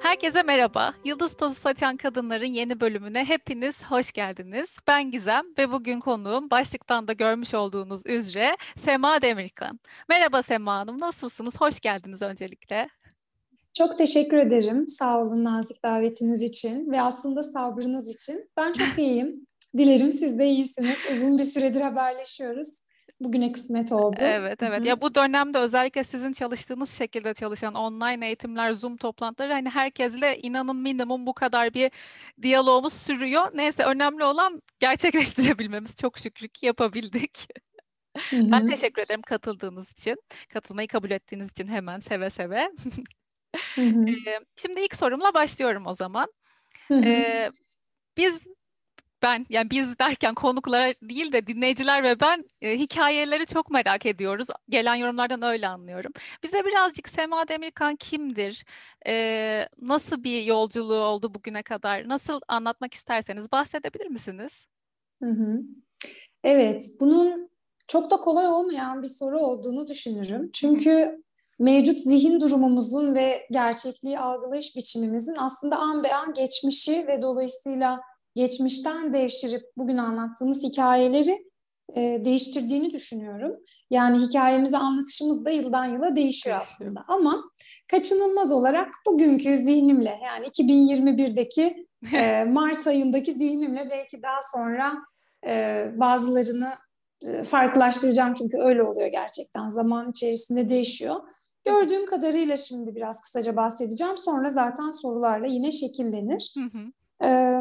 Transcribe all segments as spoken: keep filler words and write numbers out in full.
Herkese merhaba. Yıldız Tozu Saçan Kadınların yeni bölümüne hepiniz hoş geldiniz. Ben Gizem ve bugün konuğum başlıktan da görmüş olduğunuz üzere Sema Demirkan. Merhaba Sema Hanım, nasılsınız? Hoş geldiniz öncelikle. Çok teşekkür ederim. Sağ olun nazik davetiniz için ve aslında sabrınız için. Ben çok iyiyim. Dilerim siz de iyisiniz. Uzun bir süredir haberleşiyoruz. Bugüne kısmet oldu. Evet, Hı evet. hı. Ya bu dönemde özellikle sizin çalıştığınız şekilde çalışan online eğitimler, Zoom toplantıları hani herkesle inanın minimum bu kadar bir diyalogumuz sürüyor. Neyse önemli olan gerçekleştirebilmemiz. Çok şükür ki yapabildik. Hı Ben hı. teşekkür ederim katıldığınız için. Katılmayı kabul ettiğiniz için hemen seve seve. Hı hı. Ee, Şimdi ilk sorumla başlıyorum o zaman. Hı hı. Ee, biz ben yani biz derken konuklar değil de dinleyiciler ve ben e, hikayeleri çok merak ediyoruz. Gelen yorumlardan öyle anlıyorum. Bize birazcık Sema Demirkan kimdir? Ee, nasıl bir yolculuğu oldu bugüne kadar? Nasıl anlatmak isterseniz bahsedebilir misiniz? Hı hı. Evet, bunun çok da kolay olmayan bir soru olduğunu düşünürüm. Hı hı. Çünkü mevcut zihin durumumuzun ve gerçekliği algılayış biçimimizin aslında an be an geçmişi ve dolayısıyla geçmişten devşirip bugün anlattığımız hikayeleri e, değiştirdiğini düşünüyorum. Yani hikayemizi anlatışımız da yıldan yıla değişiyor Değişiyor. aslında. Ama kaçınılmaz olarak bugünkü zihnimle yani iki bin yirmi birdeki e, Mart ayındaki zihnimle belki daha sonra ee, bazılarını e, farklılaştıracağım çünkü öyle oluyor gerçekten. Zaman içerisinde değişiyor. Gördüğüm kadarıyla şimdi biraz kısaca bahsedeceğim. Sonra zaten sorularla yine şekillenir. Hı hı. Ee,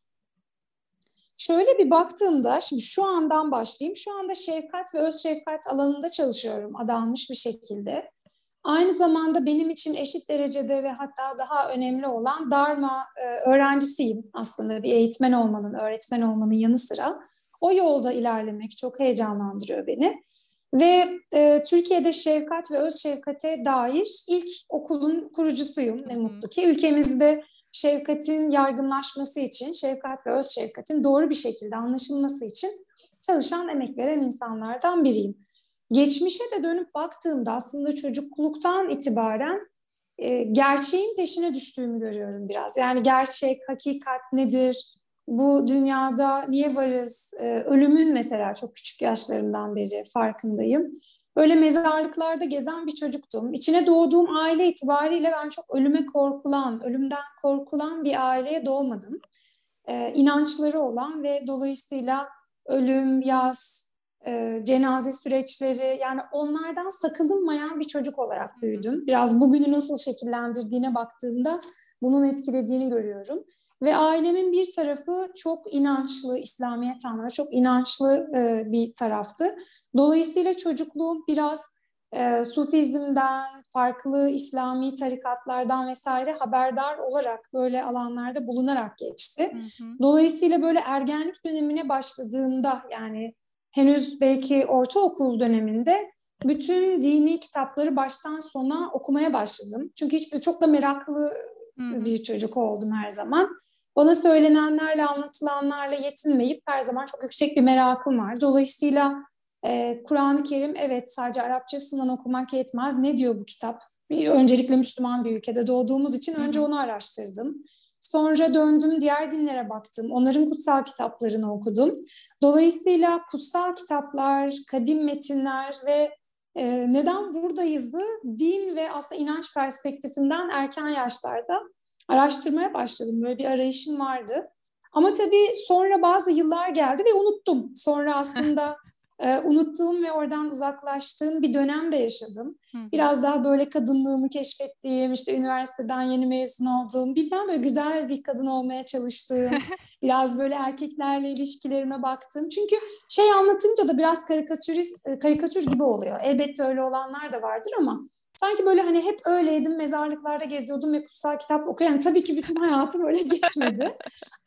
Şöyle bir baktığımda, şimdi şu andan başlayayım. Şu anda şefkat ve öz şefkat alanında çalışıyorum adanmış bir şekilde. Aynı zamanda benim için eşit derecede ve hatta daha önemli olan Dharma e, öğrencisiyim aslında. Bir eğitmen olmanın, öğretmen olmanın yanı sıra. O yolda ilerlemek çok heyecanlandırıyor beni. Ve e, Türkiye'de şefkat ve öz şefkate dair ilk okulun kurucusuyum Hı ne hı. mutlu ki. Ülkemizde şefkatin yaygınlaşması için, şefkat ve öz şefkatin doğru bir şekilde anlaşılması için çalışan, emek veren insanlardan biriyim. Geçmişe de dönüp baktığımda aslında çocukluktan itibaren e, gerçeğin peşine düştüğümü görüyorum biraz. Yani gerçek, hakikat nedir? Bu dünyada niye varız? E, ölümün mesela çok küçük yaşlarımdan beri farkındayım. Böyle mezarlıklarda gezen bir çocuktum. İçine doğduğum aile itibariyle ben çok ölüme korkulan, ölümden korkulan bir aileye doğmadım. E, inançları olan ve dolayısıyla ölüm, yas, e, cenaze süreçleri yani onlardan sakınılmayan bir çocuk olarak Hı hı. büyüdüm. Biraz bugünü nasıl şekillendirdiğine baktığımda bunun etkilediğini görüyorum. Ve ailemin bir tarafı çok inançlı, İslamiyet anlamında çok inançlı e, bir taraftı. Dolayısıyla çocukluğum biraz e, Sufizmden, farklı İslami tarikatlardan vesaire haberdar olarak böyle alanlarda bulunarak geçti. Hı hı. Dolayısıyla böyle ergenlik dönemine başladığımda yani henüz belki ortaokul döneminde bütün dini kitapları baştan sona okumaya başladım. Çünkü hiçbir çok da meraklı Hı hı. bir çocuk oldum her zaman. Bana söylenenlerle, anlatılanlarla yetinmeyip her zaman çok yüksek bir merakım var. Dolayısıyla e, Kur'an-ı Kerim evet sadece Arapçasından okumak yetmez. Ne diyor bu kitap? Bir, öncelikle Müslüman bir ülkede doğduğumuz için Hı önce hı. onu araştırdım. Sonra döndüm diğer dinlere baktım. Onların kutsal kitaplarını okudum. Dolayısıyla kutsal kitaplar, kadim metinler ve e, neden buradayızdı? Din ve aslında inanç perspektifinden erken yaşlarda araştırmaya başladım. Böyle bir arayışım vardı. Ama tabii sonra bazı yıllar geldi ve unuttum. Sonra aslında e, unuttuğum ve oradan uzaklaştığım bir dönem de yaşadım. Hı hı. Biraz daha böyle kadınlığımı keşfettiğim, işte üniversiteden yeni mezun olduğum, bilmem böyle güzel bir kadın olmaya çalıştığım, biraz böyle erkeklerle ilişkilerime baktım. Çünkü şey anlatınca da biraz karikatürist, e, karikatür gibi oluyor. Elbette öyle olanlar da vardır ama sanki böyle hani hep öyleydim, mezarlıklarda geziyordum ve kutsal kitap okuyan. Yani tabii ki bütün hayatım öyle geçmedi.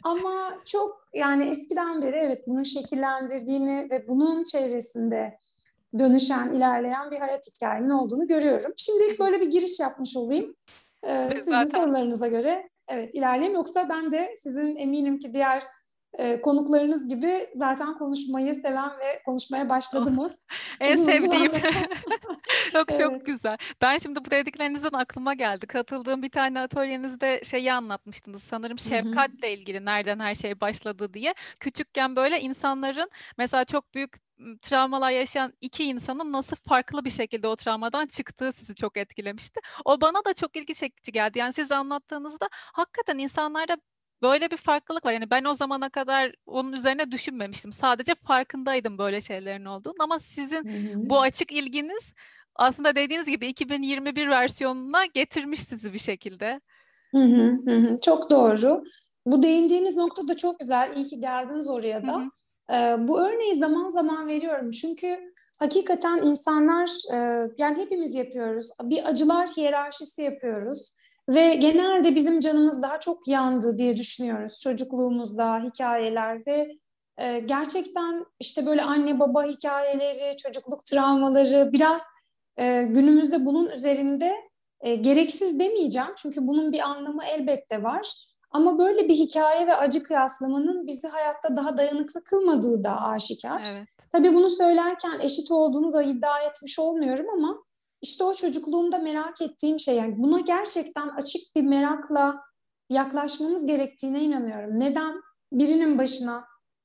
Ama çok yani eskiden beri evet bunun şekillendirdiğini ve bunun çevresinde dönüşen, ilerleyen bir hayat hikayemin olduğunu görüyorum. Şimdilik böyle bir giriş yapmış olayım. Ee, Ve sizin zaten sorularınıza göre evet ilerleyeyim. Yoksa ben de sizin eminim ki diğer e, konuklarınız gibi zaten konuşmayı seven ve konuşmaya başladı mı? En Uzun uzun sevdiğim. anlatan. Yok, çok Evet. güzel. Ben şimdi bu dediklerinizden aklıma geldi. Katıldığım bir tane atölyenizde şeyi anlatmıştınız. Sanırım Hı hı. şefkatle ilgili nereden her şey başladı diye. Küçükken böyle insanların mesela çok büyük m, travmalar yaşayan iki insanın nasıl farklı bir şekilde o travmadan çıktığı sizi çok etkilemişti. O bana da çok ilgi çekici geldi. Yani siz anlattığınızda hakikaten insanlarda böyle bir farklılık var. Yani ben o zamana kadar onun üzerine düşünmemiştim. Sadece farkındaydım böyle şeylerin olduğunu. Ama sizin Hı hı. bu açık ilginiz aslında dediğiniz gibi iki bin yirmi bir versiyonuna getirmiş sizi bir şekilde. Hı hı, hı hı. Çok doğru. Bu değindiğiniz nokta da çok güzel. İyi ki geldiniz oraya Hı da. hı, Ee, bu örneği zaman zaman veriyorum. Çünkü hakikaten insanlar, e, yani hepimiz yapıyoruz. Bir acılar hiyerarşisi yapıyoruz. Ve genelde bizim canımız daha çok yandı diye düşünüyoruz. Çocukluğumuzda, hikayelerde. E, gerçekten işte böyle anne baba hikayeleri, çocukluk travmaları biraz e, günümüzde bunun üzerinde e, gereksiz demeyeceğim çünkü bunun bir anlamı elbette var. Ama böyle bir hikaye ve acı kıyaslamanın bizi hayatta daha dayanıklı kılmadığı da aşikar. evet. Tabii bunu söylerken eşit olduğunu da iddia etmiş olmuyorum ama işte o çocukluğumda merak ettiğim şey, yani buna gerçekten açık bir merakla yaklaşmamız gerektiğine inanıyorum. Neden birinin başına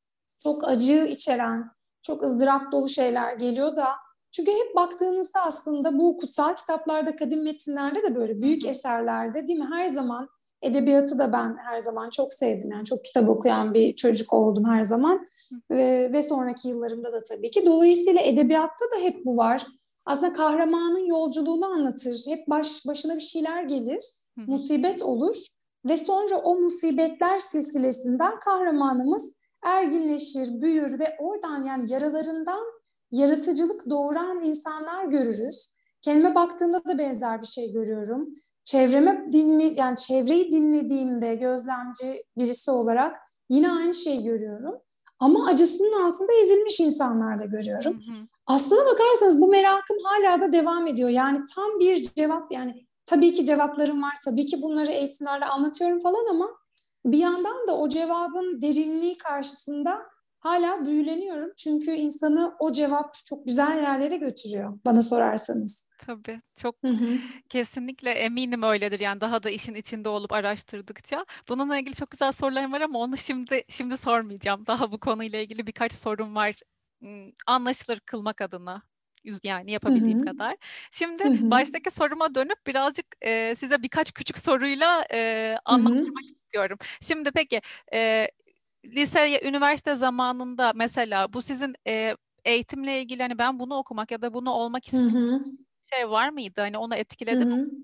çok acı içeren, çok ızdırap dolu şeyler geliyor da, çünkü hep baktığınızda aslında bu kutsal kitaplarda, kadim metinlerde de böyle Hı büyük hı, eserlerde değil mi? Her zaman edebiyatı da ben her zaman çok sevdim. Yani çok kitap okuyan bir çocuk oldum her zaman. hı Ve, ve sonraki yıllarımda da tabii ki. Dolayısıyla edebiyatta da hep bu var. Aslında kahramanın yolculuğunu anlatır. Hep baş, başına bir şeyler gelir, hı, hı. musibet olur ve sonra o musibetler silsilesinden kahramanımız erginleşir, büyür ve oradan, yani yaralarından yaratıcılık doğuran insanlar görürüz. Kendime baktığımda da benzer bir şey görüyorum. Çevreme dinle, yani çevreyi dinlediğimde gözlemci birisi olarak yine aynı şeyi görüyorum. Ama acısının altında ezilmiş insanlar da Hı görüyorum. hı. Aslına bakarsanız bu merakım hala da devam ediyor. Yani tam bir cevap, yani tabii ki cevaplarım var, tabii ki bunları eğitimlerle anlatıyorum falan ama bir yandan da o cevabın derinliği karşısında hala büyüleniyorum. Çünkü insanı o cevap çok güzel yerlere götürüyor bana sorarsanız. Tabii çok Hı hı. kesinlikle eminim öyledir. Yani daha da işin içinde olup araştırdıkça. Bununla ilgili çok güzel sorularım var ama onu şimdi şimdi sormayacağım. Daha bu konuyla ilgili birkaç sorum var. Hmm, Anlaşılır kılmak adına. Yüz- Yani Hı yapabildiğim hı. kadar. Şimdi Hı hı. baştaki soruma dönüp birazcık e, size birkaç küçük soruyla e, Hı hı. anlatmak istiyorum. Şimdi peki e, lise, üniversite zamanında mesela bu sizin e, eğitimle ilgili hani ben bunu okumak ya da bunu olmak Hı istiyorum hı. şey var mıydı? Hani onu Hı etkiledi mi? hı.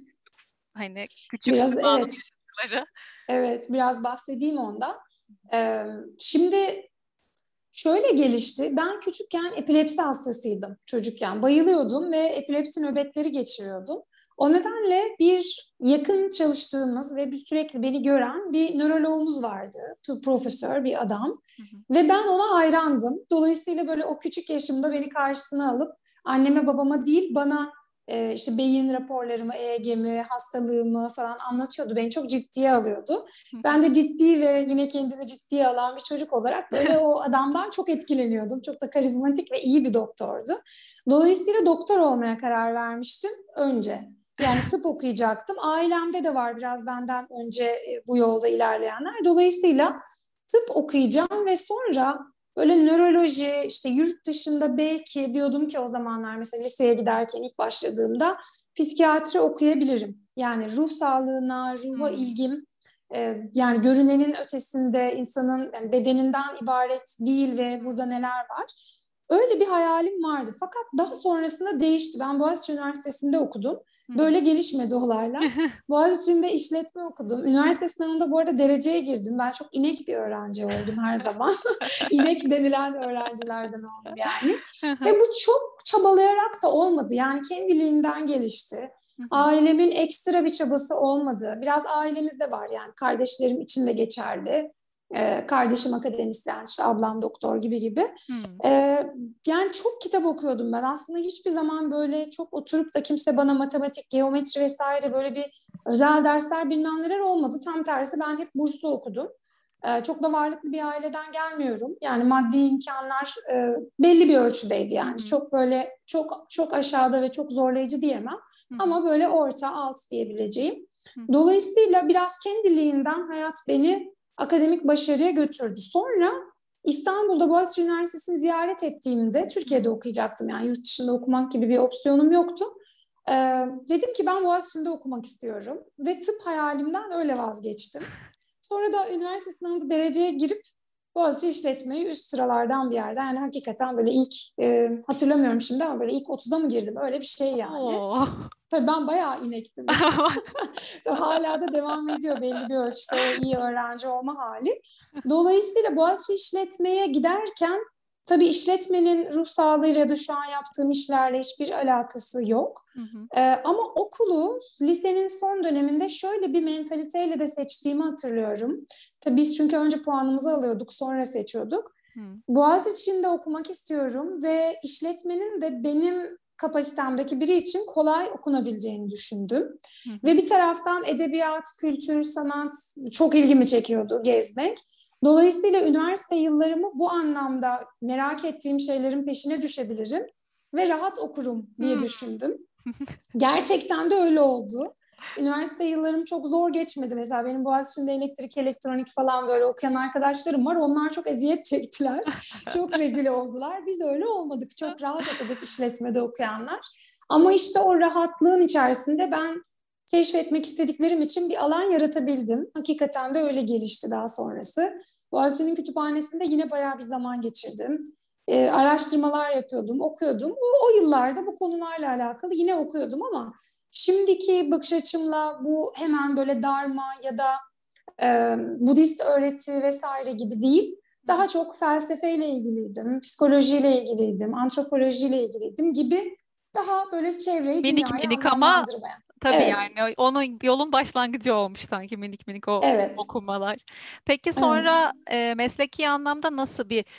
Hani küçüksün Biraz anın evet. yaşadıkları. Evet, biraz bahsedeyim ondan. Ee, şimdi şöyle gelişti. Ben küçükken epilepsi hastasıydım çocukken. Bayılıyordum ve epilepsi nöbetleri geçiriyordum. O nedenle bir yakın çalıştığımız ve bir sürekli beni gören bir nöroloğumuz vardı. Profesör bir adam. Hı hı. Ve ben ona hayrandım. Dolayısıyla böyle o küçük yaşımda beni karşısına alıp anneme babama değil bana e, işte beyin raporlarımı, E E G'mi, hastalığımı falan anlatıyordu. Beni çok ciddiye alıyordu. Hı hı. Ben de ciddi ve yine kendini ciddiye alan bir çocuk olarak böyle o adamdan çok etkileniyordum. Çok da karizmatik ve iyi bir doktordu. Dolayısıyla doktor olmaya karar vermiştim önce. Yani tıp okuyacaktım. Ailemde de var biraz benden önce e, bu yolda ilerleyenler. Dolayısıyla tıp okuyacağım ve sonra böyle nöroloji, işte yurt dışında belki diyordum ki o zamanlar mesela liseye giderken ilk başladığımda psikiyatri okuyabilirim. Yani ruh sağlığına, ruha Hmm. ilgim, e, yani görünenin ötesinde insanın yani bedeninden ibaret değil ve burada neler var. Öyle bir hayalim vardı. Fakat daha sonrasında değişti. Ben Boğaziçi Üniversitesi'nde okudum. Hı hı. Böyle gelişmedi olaylar. Boğaziçi'nde işletme okudum. Üniversite sınavında bu arada dereceye girdim. Ben çok inek bir öğrenci oldum her zaman. İnek denilen öğrencilerden oldum yani. Hı Ve hı. bu çok çabalayarak da olmadı. Yani kendiliğinden gelişti. Hı hı. Ailemin ekstra bir çabası olmadı. Biraz ailemizde var yani. Kardeşlerim için de geçerli. Ee, kardeşim akademisyen, işte ablam doktor gibi gibi. Hmm. Ee, yani çok kitap okuyordum ben. Aslında hiçbir zaman böyle çok oturup da kimse bana matematik, geometri vesaire böyle bir özel dersler bilmem neler olmadı. Tam tersi ben hep burslu okudum. E, çok da varlıklı bir aileden gelmiyorum. Yani maddi imkanlar e, belli bir ölçüdeydi Hı yani. hı. Çok böyle çok çok aşağıda ve çok zorlayıcı diyemem. Hı hı. Ama böyle orta alt diyebileceğim. Hı hı. Dolayısıyla biraz kendiliğinden hayat beni akademik başarıya götürdü. Sonra İstanbul'da Boğaziçi Üniversitesi'ni ziyaret ettiğimde, Hı hı. Türkiye'de okuyacaktım yani yurt dışında okumak gibi bir opsiyonum yoktu. Ee, dedim ki ben Boğaziçi'nde okumak istiyorum ve tıp hayalimden öyle vazgeçtim. Sonra da üniversite sınavında dereceye girip Boğaziçi İşletmeyi üst sıralardan bir yerde. Yani hakikaten böyle ilk, e, hatırlamıyorum şimdi ama böyle ilk otuza mı girdim? Öyle bir şey yani. Oo. Tabii ben bayağı inektim. Hala da devam ediyor belli bir ölçüde o iyi öğrenci olma hali. Dolayısıyla Boğaziçi işletmeye giderken tabii işletmenin ruh sağlığıyla ya da şu an yaptığım işlerle hiçbir alakası yok. Hı hı. Ee, ama okulu lisenin son döneminde şöyle bir mentaliteyle de seçtiğimi hatırlıyorum. Tabii biz çünkü önce puanımızı alıyorduk, sonra seçiyorduk. Hı. Boğaziçi'nde okumak istiyorum ve işletmenin de benim kapasitemdeki biri için kolay okunabileceğini düşündüm. Hı hı. Ve bir taraftan edebiyat, kültür, sanat çok ilgimi çekiyordu gezmek. Dolayısıyla üniversite yıllarımı bu anlamda merak ettiğim şeylerin peşine düşebilirim ve rahat okurum diye Hı. düşündüm. Gerçekten de öyle oldu. Üniversite yıllarım çok zor geçmedi. Mesela benim Boğaziçi'nde elektrik, elektronik falan böyle okuyan arkadaşlarım var. Onlar çok eziyet çektiler. Çok rezil oldular. Biz öyle olmadık. Çok rahat okuduk işletmede okuyanlar. Ama işte o rahatlığın içerisinde ben keşfetmek istediklerim için bir alan yaratabildim. Hakikaten de öyle gelişti daha sonrası. Boğaziçi'nin kütüphanesinde yine bayağı bir zaman geçirdim. Ee, araştırmalar yapıyordum, okuyordum. O, o yıllarda bu konularla alakalı yine okuyordum ama şimdiki bakış açımla bu hemen böyle Dharma ya da e, Budist öğreti vesaire gibi değil. Hı hı. Daha çok felsefeyle ilgiliydim, psikolojiyle ilgiliydim, antropolojiyle ilgiliydim gibi daha böyle çevreyi, Minik dünyayı minik ama anlamlandırmaya. tabii Evet, yani onun yolun başlangıcı olmuş sanki minik minik o evet, okumalar. Peki evet. sonra e, mesleki anlamda nasıl bir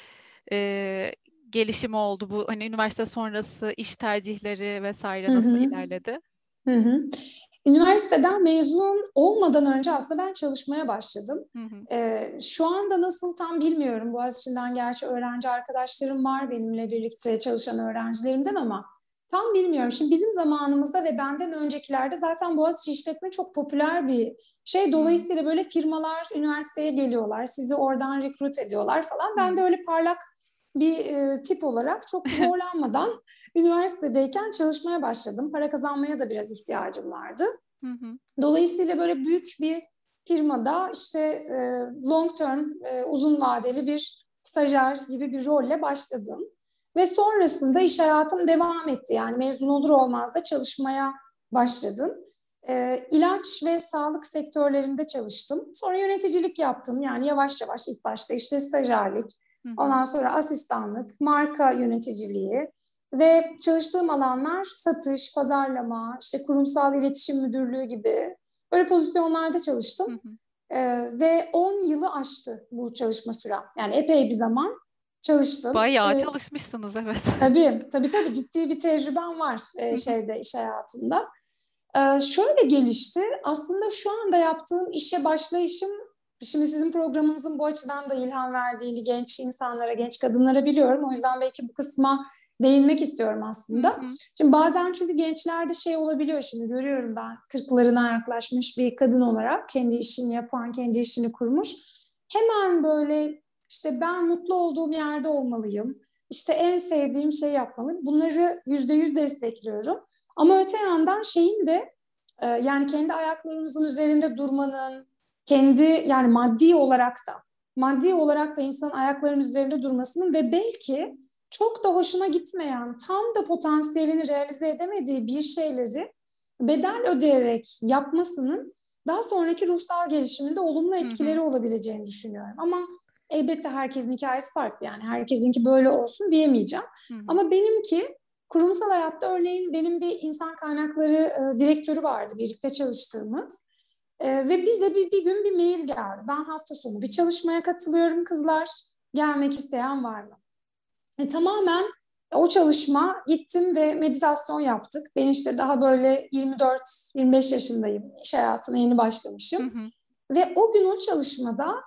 e, gelişim oldu bu? Hani üniversite sonrası iş tercihleri vesaire Hı nasıl hı, ilerledi? hı hı. Üniversiteden mezun olmadan önce aslında ben çalışmaya başladım. Hı hı. Ee, şu anda nasıl tam bilmiyorum. Boğaziçi'nden gerçi öğrenci arkadaşlarım var benimle birlikte çalışan öğrencilerimden ama tam bilmiyorum. Şimdi bizim zamanımızda ve benden öncekilerde zaten Boğaziçi işletme çok popüler bir şey. Hı Dolayısıyla böyle firmalar üniversiteye geliyorlar, sizi oradan rekrut ediyorlar falan. Ben de hı. öyle parlak bir e, tip olarak çok zorlanmadan üniversitedeyken çalışmaya başladım. Para kazanmaya da biraz ihtiyacım vardı. Hı hı. Dolayısıyla böyle büyük bir firmada işte e, long term, e, uzun vadeli bir stajyer gibi bir rolle başladım. Ve sonrasında iş hayatım devam etti. Yani mezun olur olmaz da çalışmaya başladım. E, ilaç ve sağlık sektörlerinde çalıştım. Sonra yöneticilik yaptım. Yani yavaş yavaş ilk başta işte stajyerlik, Hı hı. ondan sonra asistanlık, marka yöneticiliği, ve çalıştığım alanlar satış, pazarlama, işte kurumsal iletişim müdürlüğü gibi böyle pozisyonlarda çalıştım. Hı hı. Ee, ve on yılı aştı bu çalışma sürem. Yani epey bir zaman çalıştım. Bayağı Ee, çalışmışsınız evet. tabii, tabii tabii ciddi bir tecrübem var Hı e, hı. şeyde iş hayatında. Ee, şöyle gelişti. Aslında şu anda yaptığım işe başlayışım, şimdi sizin programınızın bu açıdan da ilham verdiğini genç insanlara, genç kadınlara biliyorum. O yüzden belki bu kısma değinmek istiyorum Hı aslında. hı. Şimdi bazen çünkü gençlerde şey olabiliyor, şimdi görüyorum ben kırklarına yaklaşmış bir kadın olarak kendi işini yapan, kendi işini kurmuş. Hemen böyle işte ben mutlu olduğum yerde olmalıyım. İşte en sevdiğim şeyi yapmalıyım. Bunları yüzde yüz destekliyorum. Ama öte yandan şeyin de e, yani kendi ayaklarımızın üzerinde durmanın, kendi yani maddi olarak da maddi olarak da insanın ayaklarının üzerinde durmasının ve belki çok da hoşuna gitmeyen, tam da potansiyelini realize edemediği bir şeyleri bedel ödeyerek yapmasının daha sonraki ruhsal gelişiminde olumlu Hı hı. etkileri olabileceğini düşünüyorum. Ama elbette herkesin hikayesi farklı, yani herkesinki böyle olsun diyemeyeceğim. Hı hı. Ama benimki kurumsal hayatta örneğin benim bir insan kaynakları e, direktörü vardı birlikte çalıştığımız. E, ve bize bir, bir gün bir mail geldi. Ben hafta sonu bir çalışmaya katılıyorum kızlar. Gelmek isteyen var mı? E, tamamen o çalışma gittim ve meditasyon yaptık. Ben işte daha böyle yirmi dört yirmi beş yaşındayım. İş hayatına yeni Hı başlamışım. hı. Ve o gün o çalışmada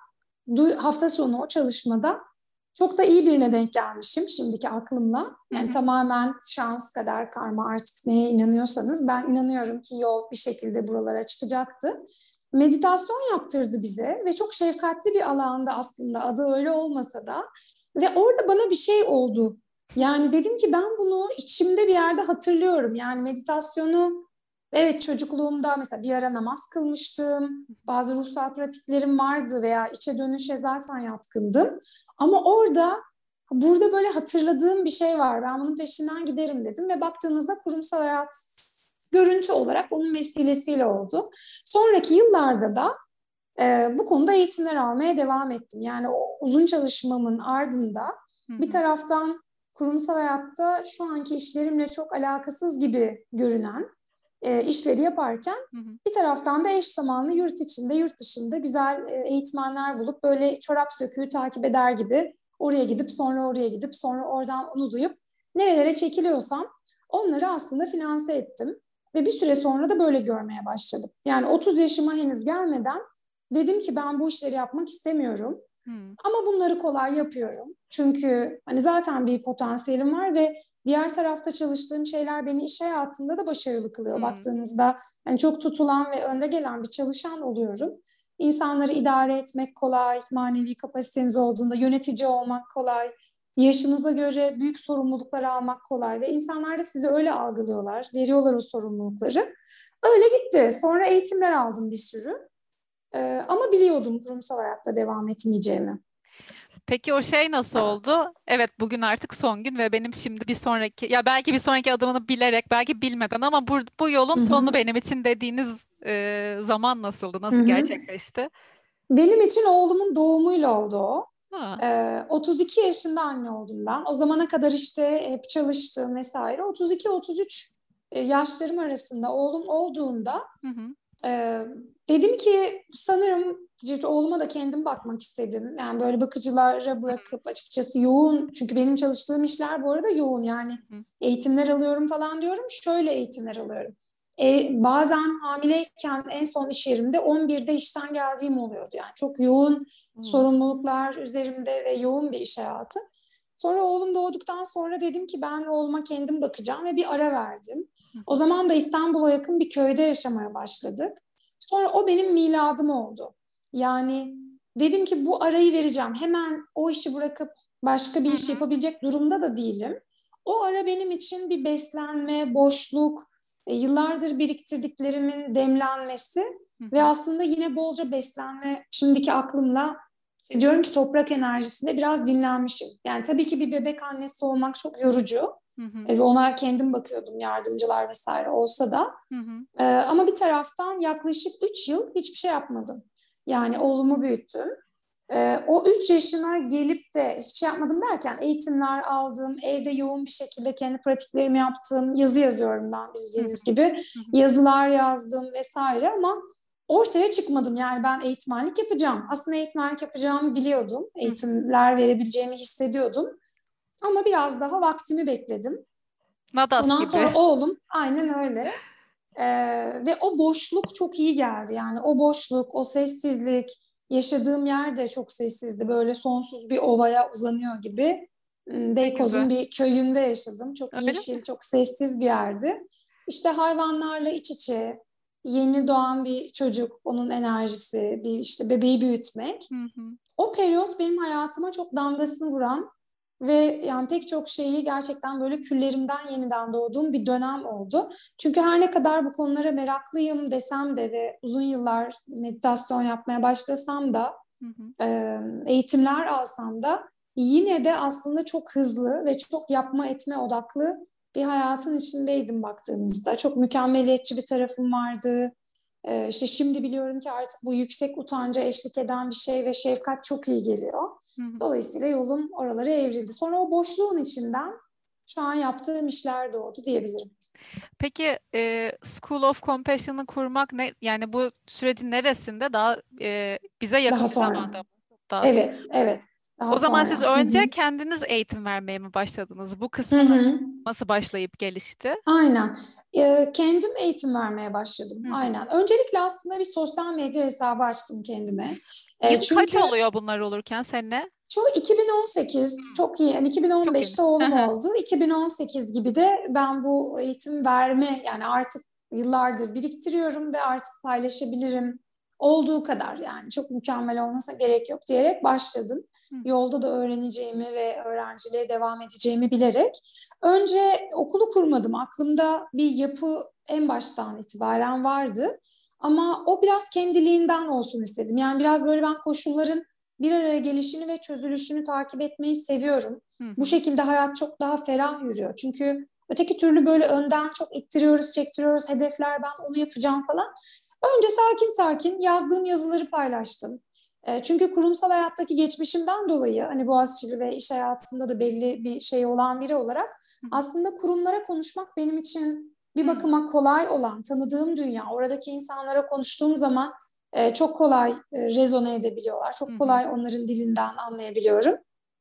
hafta sonu o çalışmada çok da iyi birine denk gelmişim şimdiki aklımla. Yani tamamen şans, kader, karma, artık neye inanıyorsanız, ben inanıyorum ki yol bir şekilde buralara çıkacaktı. Meditasyon yaptırdı bize ve çok şefkatli bir alanda, aslında adı öyle olmasa da, ve orada bana bir şey oldu. Yani dedim ki ben bunu içimde bir yerde hatırlıyorum. Yani meditasyonu, evet, çocukluğumda mesela bir ara namaz kılmıştım. Bazı ruhsal pratiklerim vardı veya içe dönüşe zaten yatkındım. Ama orada, burada böyle hatırladığım bir şey var. Ben bunun peşinden giderim dedim ve baktığınızda kurumsal hayat görüntü olarak onun vesilesiyle oldu. Sonraki yıllarda da e, bu konuda eğitimler almaya devam ettim. Yani o uzun çalışmamın ardında bir taraftan kurumsal hayatta şu anki işlerimle çok alakasız gibi görünen e, işleri yaparken, hı hı, bir taraftan da eş zamanlı yurt içinde, yurt dışında güzel e, eğitmenler bulup böyle çorap söküğü takip eder gibi oraya gidip sonra oraya gidip sonra oradan onu duyup nerelere çekiliyorsam onları aslında finanse ettim. Ve bir süre sonra da böyle görmeye başladım. Yani otuz yaşıma henüz gelmeden dedim ki ben bu işleri yapmak istemiyorum. Hmm. Ama bunları kolay yapıyorum. Çünkü hani zaten bir potansiyelim var ve diğer tarafta çalıştığım şeyler beni iş hayatında da başarılı kılıyor. Hmm. Baktığınızda yani çok tutulan ve önde gelen bir çalışan oluyorum. İnsanları idare etmek kolay, manevi kapasiteniz olduğunda yönetici olmak kolay, yaşınıza göre büyük sorumluluklar almak kolay ve insanlar da sizi öyle algılıyorlar, veriyorlar o sorumlulukları. Öyle gitti. Sonra eğitimler aldım bir sürü. Ee, ama biliyordum kurumsal hayatta devam etmeyeceğimi. Peki o şey nasıl oldu? Evet, bugün artık son gün ve benim şimdi bir sonraki, ya belki bir sonraki adımını bilerek, belki bilmeden ama bu, bu yolun Hı-hı. sonu benim için dediğiniz e, zaman nasıldı? Nasıl Hı-hı. gerçekleşti? Benim için oğlumun doğumuyla oldu o. Ee, otuz iki yaşında anne oldum ben. O zamana kadar işte hep çalıştım vesaire. otuz iki otuz üç yaşlarım arasında oğlum olduğunda hı hı. E, dedim ki sanırım oğluma da kendim bakmak istedim. Yani böyle bakıcılara bırakıp açıkçası yoğun, çünkü benim çalıştığım işler bu arada yoğun, yani hı. eğitimler alıyorum falan diyorum. Şöyle eğitimler alıyorum. E, bazen hamileyken en son iş yerimde on birde işten geldiğim oluyordu. Yani çok yoğun hmm. sorumluluklar üzerimde ve yoğun bir iş hayatı. Sonra oğlum doğduktan sonra dedim ki ben oğluma kendim bakacağım ve bir ara verdim. O zaman da İstanbul'a yakın bir köyde yaşamaya başladık. Sonra o benim miladım oldu. Yani dedim ki bu arayı vereceğim. Hemen o işi bırakıp başka bir iş yapabilecek durumda da değilim. O ara benim için bir beslenme, boşluk, e, yıllardır biriktirdiklerimin demlenmesi hı hı. ve aslında yine bolca beslenme. Şimdiki aklımla işte diyorum ki toprak enerjisinde biraz dinlenmişim. Yani tabii ki bir bebek annesi olmak çok yorucu. Hı hı. E, ona kendim bakıyordum, yardımcılar vesaire olsa da. Hı hı. E, ama bir taraftan yaklaşık üç yıl hiçbir şey yapmadım. Yani oğlumu büyüttüm. Ee, o üç yaşına gelip de hiçbir şey yapmadım derken eğitimler aldım, evde yoğun bir şekilde kendi pratiklerimi yaptım, yazı yazıyorum ben bildiğiniz gibi, yazılar yazdım vesaire ama ortaya çıkmadım. Yani ben eğitmenlik yapacağım. Aslında eğitmenlik yapacağımı biliyordum, eğitimler verebileceğimi hissediyordum ama biraz daha vaktimi bekledim. Nadas Ondan gibi. sonra oğlum, aynen öyle. Ee, ve o boşluk çok iyi geldi. Yani o boşluk, o sessizlik, yaşadığım yer de çok sessizdi. Böyle sonsuz bir ovaya uzanıyor gibi. Beykoz'un bir köyünde yaşadım. Çok Öyle yeşil, mi? Çok sessiz bir yerdi. İşte hayvanlarla iç içe, yeni doğan bir çocuk, onun enerjisi, bir işte bebeği büyütmek. Hı hı. O periyot benim hayatıma çok damgasını vuran ve yani pek çok şeyi gerçekten böyle küllerimden yeniden doğduğum bir dönem oldu. Çünkü her ne kadar bu konulara meraklıyım desem de ve uzun yıllar meditasyon yapmaya başlasam da, hı hı. E, eğitimler alsam da yine de aslında çok hızlı ve çok yapma etme odaklı bir hayatın içindeydim baktığınızda. Çok mükemmeliyetçi bir tarafım vardı. E, işte şimdi biliyorum ki artık bu yüksek utanca eşlik eden bir şey ve şefkat çok iyi geliyor. Hı hı. Dolayısıyla yolum oralara evrildi. Sonra o boşluğun içinden şu an yaptığım işler doğdu diyebilirim. Peki e, School of Compassion'ı kurmak ne, yani bu sürecin neresinde, daha e, bize yakın daha bir sonra. zamanda? Daha evet, sonra. evet. daha O zaman siz sonra. Hı hı. önce kendiniz eğitim vermeye mi başladınız? Bu Hı kısmı nasıl, hı. nasıl başlayıp gelişti? Aynen. Ee, kendim eğitim vermeye başladım. Hı hı. Aynen. Öncelikle aslında bir sosyal medya hesabı açtım kendime. Ee, Yıl kaç çünkü oluyor bunlar olurken sene? çoğu iki bin on sekiz, çok iyi. Yani Çok yeni. iki bin on beşte oğlum oldu. iki bin on sekiz gibi de ben bu eğitim verme, yani artık yıllardır biriktiriyorum ve artık paylaşabilirim. Olduğu kadar, yani çok mükemmel olmasa gerek yok diyerek başladım. Hı Yolda da öğreneceğimi ve öğrenciliğe devam edeceğimi bilerek. Önce okulu kurmadım. Aklımda bir yapı en baştan itibaren vardı. Ama o biraz kendiliğinden olsun istedim. Yani biraz böyle ben koşulların bir araya gelişini ve çözülüşünü takip etmeyi seviyorum. hı. Bu Hı. şekilde hayat çok daha ferah yürüyor. Çünkü öteki türlü böyle önden çok ittiriyoruz, çektiriyoruz, hedefler, ben onu yapacağım falan. Önce sakin sakin yazdığım yazıları paylaştım. E, çünkü kurumsal hayattaki geçmişimden dolayı, hani Boğaziçi'li ve iş hayatında da belli bir şey olan biri olarak, Hı hı. aslında kurumlara konuşmak benim için bir Hı. bakıma kolay olan, tanıdığım dünya. Oradaki insanlara konuştuğum zaman e, çok kolay e, rezone edebiliyorlar. Hı Çok hı. kolay onların dilinden anlayabiliyorum.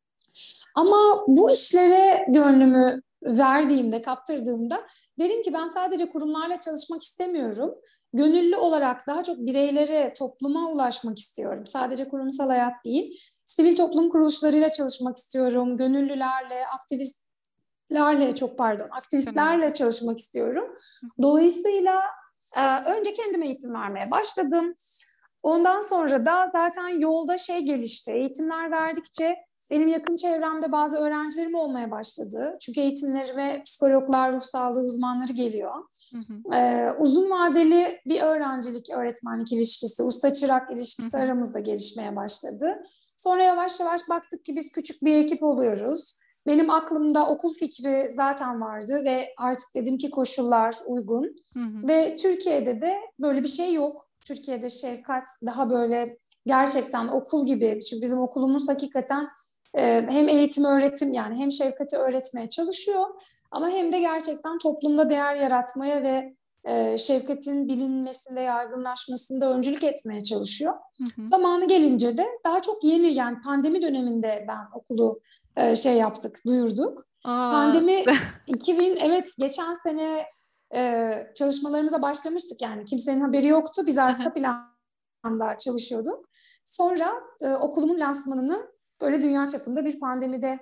Ama bu işlere gönlümü verdiğimde, kaptırdığımda dedim ki ben sadece kurumlarla çalışmak istemiyorum. Gönüllü olarak daha çok bireylere, topluma ulaşmak istiyorum. Sadece kurumsal hayat değil, sivil toplum kuruluşlarıyla çalışmak istiyorum. Gönüllülerle, aktivistlerle, çok pardon, Çok önemli. aktivistlerle çalışmak istiyorum. Hı Dolayısıyla e, önce kendime eğitim vermeye başladım. Ondan sonra da zaten yolda şey gelişti. Eğitimler verdikçe benim yakın çevremde bazı öğrencilerim olmaya başladı. Çünkü eğitimlerime psikologlar, ruh sağlığı uzmanları geliyor. hı. Hı Ee, uzun vadeli bir öğrencilik öğretmenlik ilişkisi, usta çırak hı. ilişkisi Hı. aramızda gelişmeye başladı. Sonra yavaş yavaş baktık ki biz küçük bir ekip oluyoruz. Benim aklımda okul fikri zaten vardı ve artık dedim ki koşullar uygun. Hı hı. Ve Türkiye'de de böyle bir şey yok. Türkiye'de şefkat daha böyle gerçekten okul gibi. Çünkü bizim okulumuz hakikaten e, hem eğitim öğretim, yani hem şefkati öğretmeye çalışıyor ama hem de gerçekten toplumda değer yaratmaya ve e, şefkatin bilinmesinde, yaygınlaşmasında öncülük etmeye çalışıyor. Hı hı. Zamanı gelince de daha çok yeni, yani pandemi döneminde ben okulu e, şey yaptık, duyurduk. Aa, Pandemi iki bin, evet, geçen sene e, çalışmalarımıza başlamıştık, yani kimsenin haberi yoktu. Biz arka planda çalışıyorduk. Sonra e, okulumun lansmanını böyle dünya çapında bir pandemide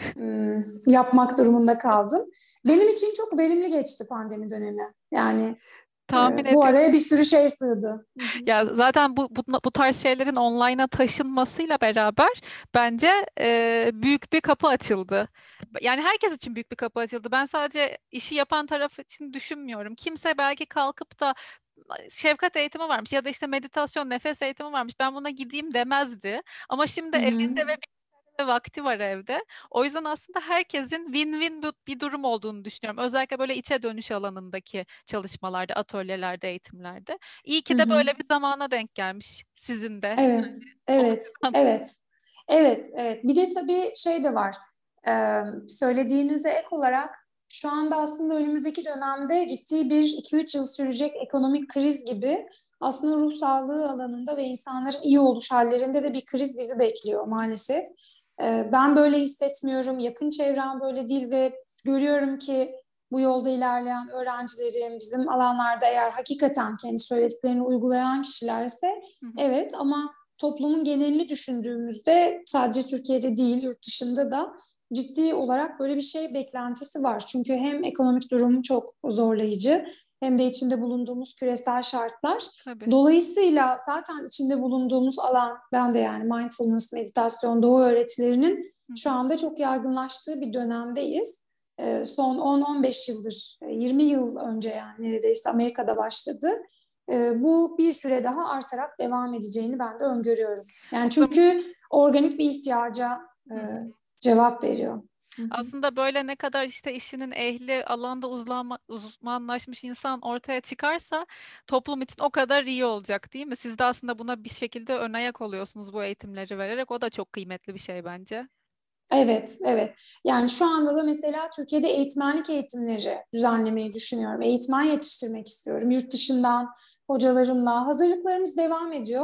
m, yapmak durumunda kaldım. Benim için çok verimli geçti pandemi dönemi. Yani tahmin e, bu ediyorum. araya bir sürü şey sığdı. Hı hı. Ya zaten bu, bu bu tarz şeylerin online'a taşınmasıyla beraber bence e, büyük bir kapı açıldı. Yani herkes için büyük bir kapı açıldı. Ben sadece işi yapan taraf için düşünmüyorum. Kimse belki kalkıp da şefkat eğitimi varmış ya da işte meditasyon, nefes eğitimi varmış. Ben buna gideyim demezdi. Ama şimdi Hı hı. elinde ve ve vakti var evde. O yüzden aslında herkesin win-win bir bir durum olduğunu düşünüyorum. Özellikle böyle içe dönüş alanındaki çalışmalarda, atölyelerde, eğitimlerde. İyi Hı ki de hı. böyle bir zamana denk gelmiş sizin de. Evet, O evet, açıdan. evet. Evet, evet. Bir de tabii şey de var. Ee, söylediğinize ek olarak şu anda aslında önümüzdeki dönemde ciddi bir iki üç yıl sürecek ekonomik kriz gibi, aslında ruh sağlığı alanında ve insanların iyi oluş hallerinde de bir kriz bizi bekliyor maalesef. Ee, ben böyle hissetmiyorum. Yakın çevrem böyle değil ve görüyorum ki bu yolda ilerleyen öğrencilerim bizim alanlarda eğer hakikaten kendi söylediklerini uygulayan kişilerse, Hı hı, evet, ama toplumun genelini düşündüğümüzde sadece Türkiye'de değil, yurt dışında da ciddi olarak böyle bir şey beklentisi var. Çünkü hem ekonomik durum çok zorlayıcı hem de içinde bulunduğumuz küresel şartlar. tabii. Dolayısıyla zaten içinde bulunduğumuz alan, ben de yani mindfulness, meditasyon, doğu öğretilerinin Hı şu hı, anda çok yaygınlaştığı bir dönemdeyiz. Ee, son on on beş yıldır, yirmi yıl önce yani neredeyse Amerika'da başladı. E, bu bir süre daha artarak devam edeceğini ben de öngörüyorum. Yani O zaman çünkü organik bir ihtiyaca e, hı hı. cevap veriyor. Hı hı. Aslında böyle ne kadar işte işinin ehli, alanda uzlanma, uzmanlaşmış insan ortaya çıkarsa toplum için o kadar iyi olacak, değil mi? Siz de aslında buna bir şekilde ön ayak oluyorsunuz bu eğitimleri vererek. O da çok kıymetli bir şey bence. Evet, evet. Yani şu anda da mesela Türkiye'de eğitmenlik eğitimleri düzenlemeyi düşünüyorum. Eğitmen yetiştirmek istiyorum. Yurt dışından hocalarımla hazırlıklarımız devam ediyor.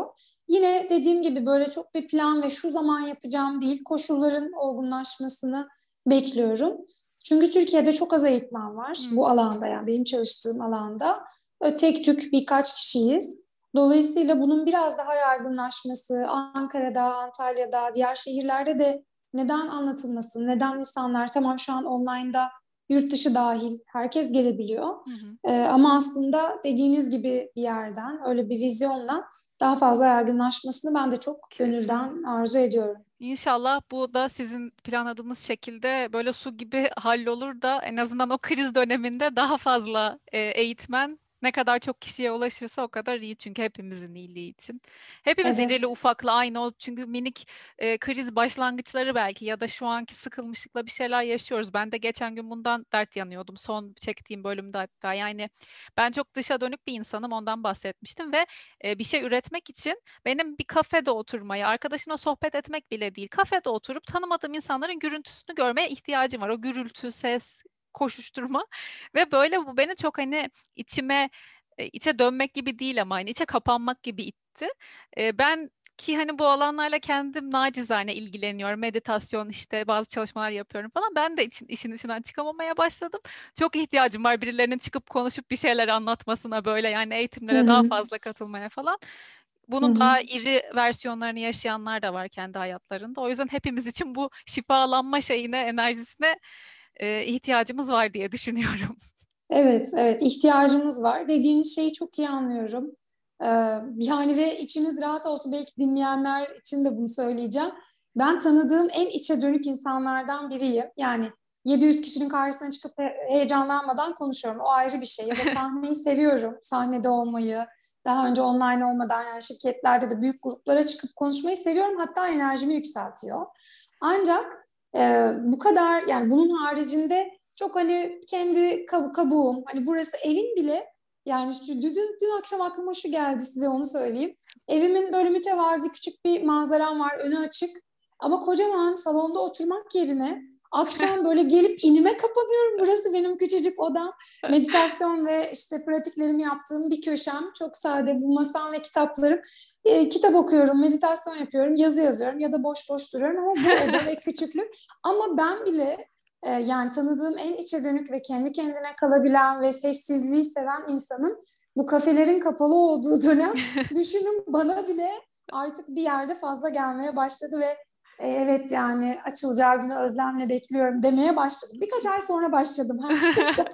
yine dediğim gibi böyle çok bir plan ve şu zaman yapacağım değil, koşulların olgunlaşmasını bekliyorum. Çünkü Türkiye'de çok az eğitmen var Hı bu alanda, yani benim çalıştığım alanda. Böyle tek tük birkaç kişiyiz. Dolayısıyla bunun biraz daha yaygınlaşması, Ankara'da, Antalya'da, diğer şehirlerde de neden anlatılması, neden insanlar, tamam şu an online'da yurt dışı dahil herkes gelebiliyor. hı. Hı. Ee, ama aslında dediğiniz gibi bir yerden, öyle bir vizyonla daha fazla yaygınlaşmasını ben de çok Kesin. gönülden arzu ediyorum. İnşallah bu da sizin planladığınız şekilde böyle su gibi hallolur da en azından o kriz döneminde daha fazla e, eğitmen ne kadar çok kişiye ulaşırsa o kadar iyi, çünkü hepimizin iyiliği için. Hepimiz irili Evet. ufaklı aynı o, çünkü minik e, kriz başlangıçları belki ya da şu anki sıkılmışlıkla bir şeyler yaşıyoruz. Ben de geçen gün bundan dert yanıyordum son çektiğim bölümde hatta. Yani ben çok dışa dönük bir insanım, ondan bahsetmiştim ve e, bir şey üretmek için benim bir kafede oturmaya, arkadaşımla sohbet etmek bile değil, kafede oturup tanımadığım insanların gürültüsünü görmeye ihtiyacım var. O gürültü, ses, koşuşturma ve böyle bu beni çok hani içime, e, içe dönmek gibi değil ama hani içe kapanmak gibi itti. E, ben ki hani bu alanlarla kendim nacizane ilgileniyorum. Meditasyon, işte bazı çalışmalar yapıyorum falan. Ben de için, işin içinden çıkamamaya başladım. Çok ihtiyacım var birilerinin çıkıp konuşup bir şeyler anlatmasına, böyle yani Hı eğitimlere daha hı. fazla katılmaya falan. Hı Bunun hı. daha iri versiyonlarını yaşayanlar da var kendi hayatlarında. O yüzden hepimiz için bu şifalanma şeyine, enerjisine e, ihtiyacımız var diye düşünüyorum. Evet, evet ihtiyacımız var. Dediğiniz şeyi çok iyi anlıyorum. Ee, yani ve içiniz rahat olsun, belki dinleyenler için de bunu söyleyeceğim. Ben tanıdığım en içe dönük insanlardan biriyim. Yani yedi yüz kişinin karşısına çıkıp he- heyecanlanmadan konuşuyorum. O ayrı bir şey. Ya da sahneyi seviyorum. Sahnede olmayı. Daha önce online olmadan yani şirketlerde de büyük gruplara çıkıp konuşmayı seviyorum. Hatta enerjimi yükseltiyor. Ancak e, bu kadar, yani bunun haricinde çok hani kendi kabu kabuğum. Hani burası evin bile, yani şu, dün, dün akşam aklıma şu geldi, size onu söyleyeyim. Evimin böyle mütevazi küçük bir manzaram var. Önü açık. Ama kocaman salonda oturmak yerine akşam böyle gelip inime kapanıyorum. Burası benim küçücük odam. Meditasyon ve işte pratiklerimi yaptığım bir köşem. Çok sade bu masam ve kitaplarım. E, kitap okuyorum, meditasyon yapıyorum, yazı yazıyorum ya da boş boş duruyorum ama bu oda ve küçüklük. Ama ben bile ee, yani tanıdığım en içe dönük ve kendi kendine kalabilen ve sessizliği seven insanın bu kafelerin kapalı olduğu dönem, düşünün, bana bile artık bir yerde fazla gelmeye başladı ve e, evet yani açılacağı günü özlemle bekliyorum demeye başladım. Birkaç ay sonra başladım herkese.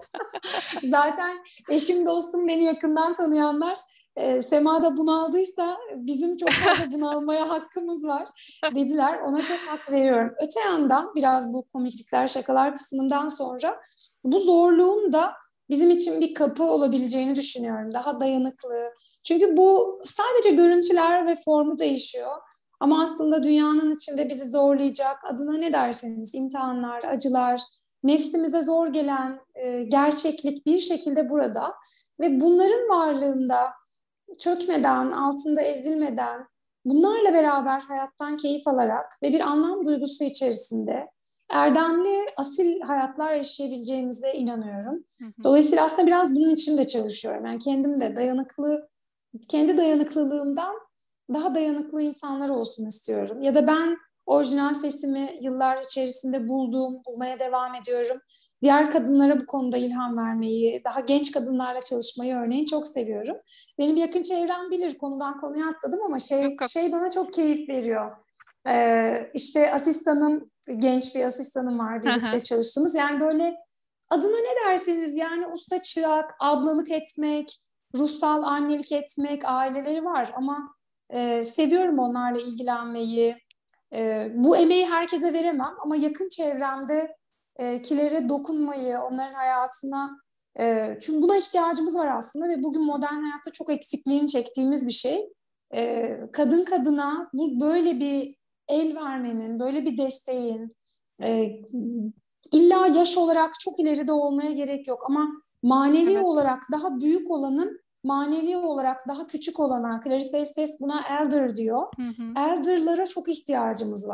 Zaten eşim, dostum, beni yakından tanıyanlar, e, Sema'da bunaldıysa bizim çok fazla bunalmaya hakkımız var dediler. Ona çok hak veriyorum. Öte yandan biraz bu komiklikler, şakalar kısmından sonra bu zorluğun da bizim için bir kapı olabileceğini düşünüyorum. Daha dayanıklı. Çünkü bu sadece görüntüler ve formu değişiyor. Ama aslında dünyanın içinde bizi zorlayacak, adına ne derseniz, imtihanlar, acılar, nefsimize zor gelen e, gerçeklik bir şekilde burada. Ve bunların varlığında çökmeden, altında ezilmeden, bunlarla beraber hayattan keyif alarak ve bir anlam duygusu içerisinde erdemli, asil hayatlar yaşayabileceğimize inanıyorum. Hı hı. Dolayısıyla aslında biraz bunun için de çalışıyorum. Yani kendim de dayanıklı, kendi dayanıklılığımdan daha dayanıklı insanlar olsun istiyorum. Ya da ben orijinal sesimi yıllar içerisinde buldum, bulmaya devam ediyorum. Diğer kadınlara bu konuda ilham vermeyi, daha genç kadınlarla çalışmayı örneğin çok seviyorum. Benim yakın çevrem bilir, konudan konuya atladım ama şey Yok yok. şey bana çok keyif veriyor. Ee, işte asistanım, genç bir asistanım var Hı hı. birlikte çalıştığımız. Yani böyle adına ne derseniz, yani usta çırak, ablalık etmek, ruhsal annelik etmek, aileleri var ama e, seviyorum onlarla ilgilenmeyi. E, bu emeği herkese veremem ama yakın çevremde e, kilere dokunmayı, onların hayatına, e, çünkü buna ihtiyacımız var aslında ve bugün modern hayatta çok eksikliğini çektiğimiz bir şey. E, kadın kadına bu böyle bir el vermenin, böyle bir desteğin, e, illa yaş olarak çok ileride olmaya gerek yok ama manevi Evet. olarak daha büyük olanın manevi olarak daha küçük olana, Clarice Estes buna elder diyor. Hı hı. Elder'lara çok ihtiyacımız var.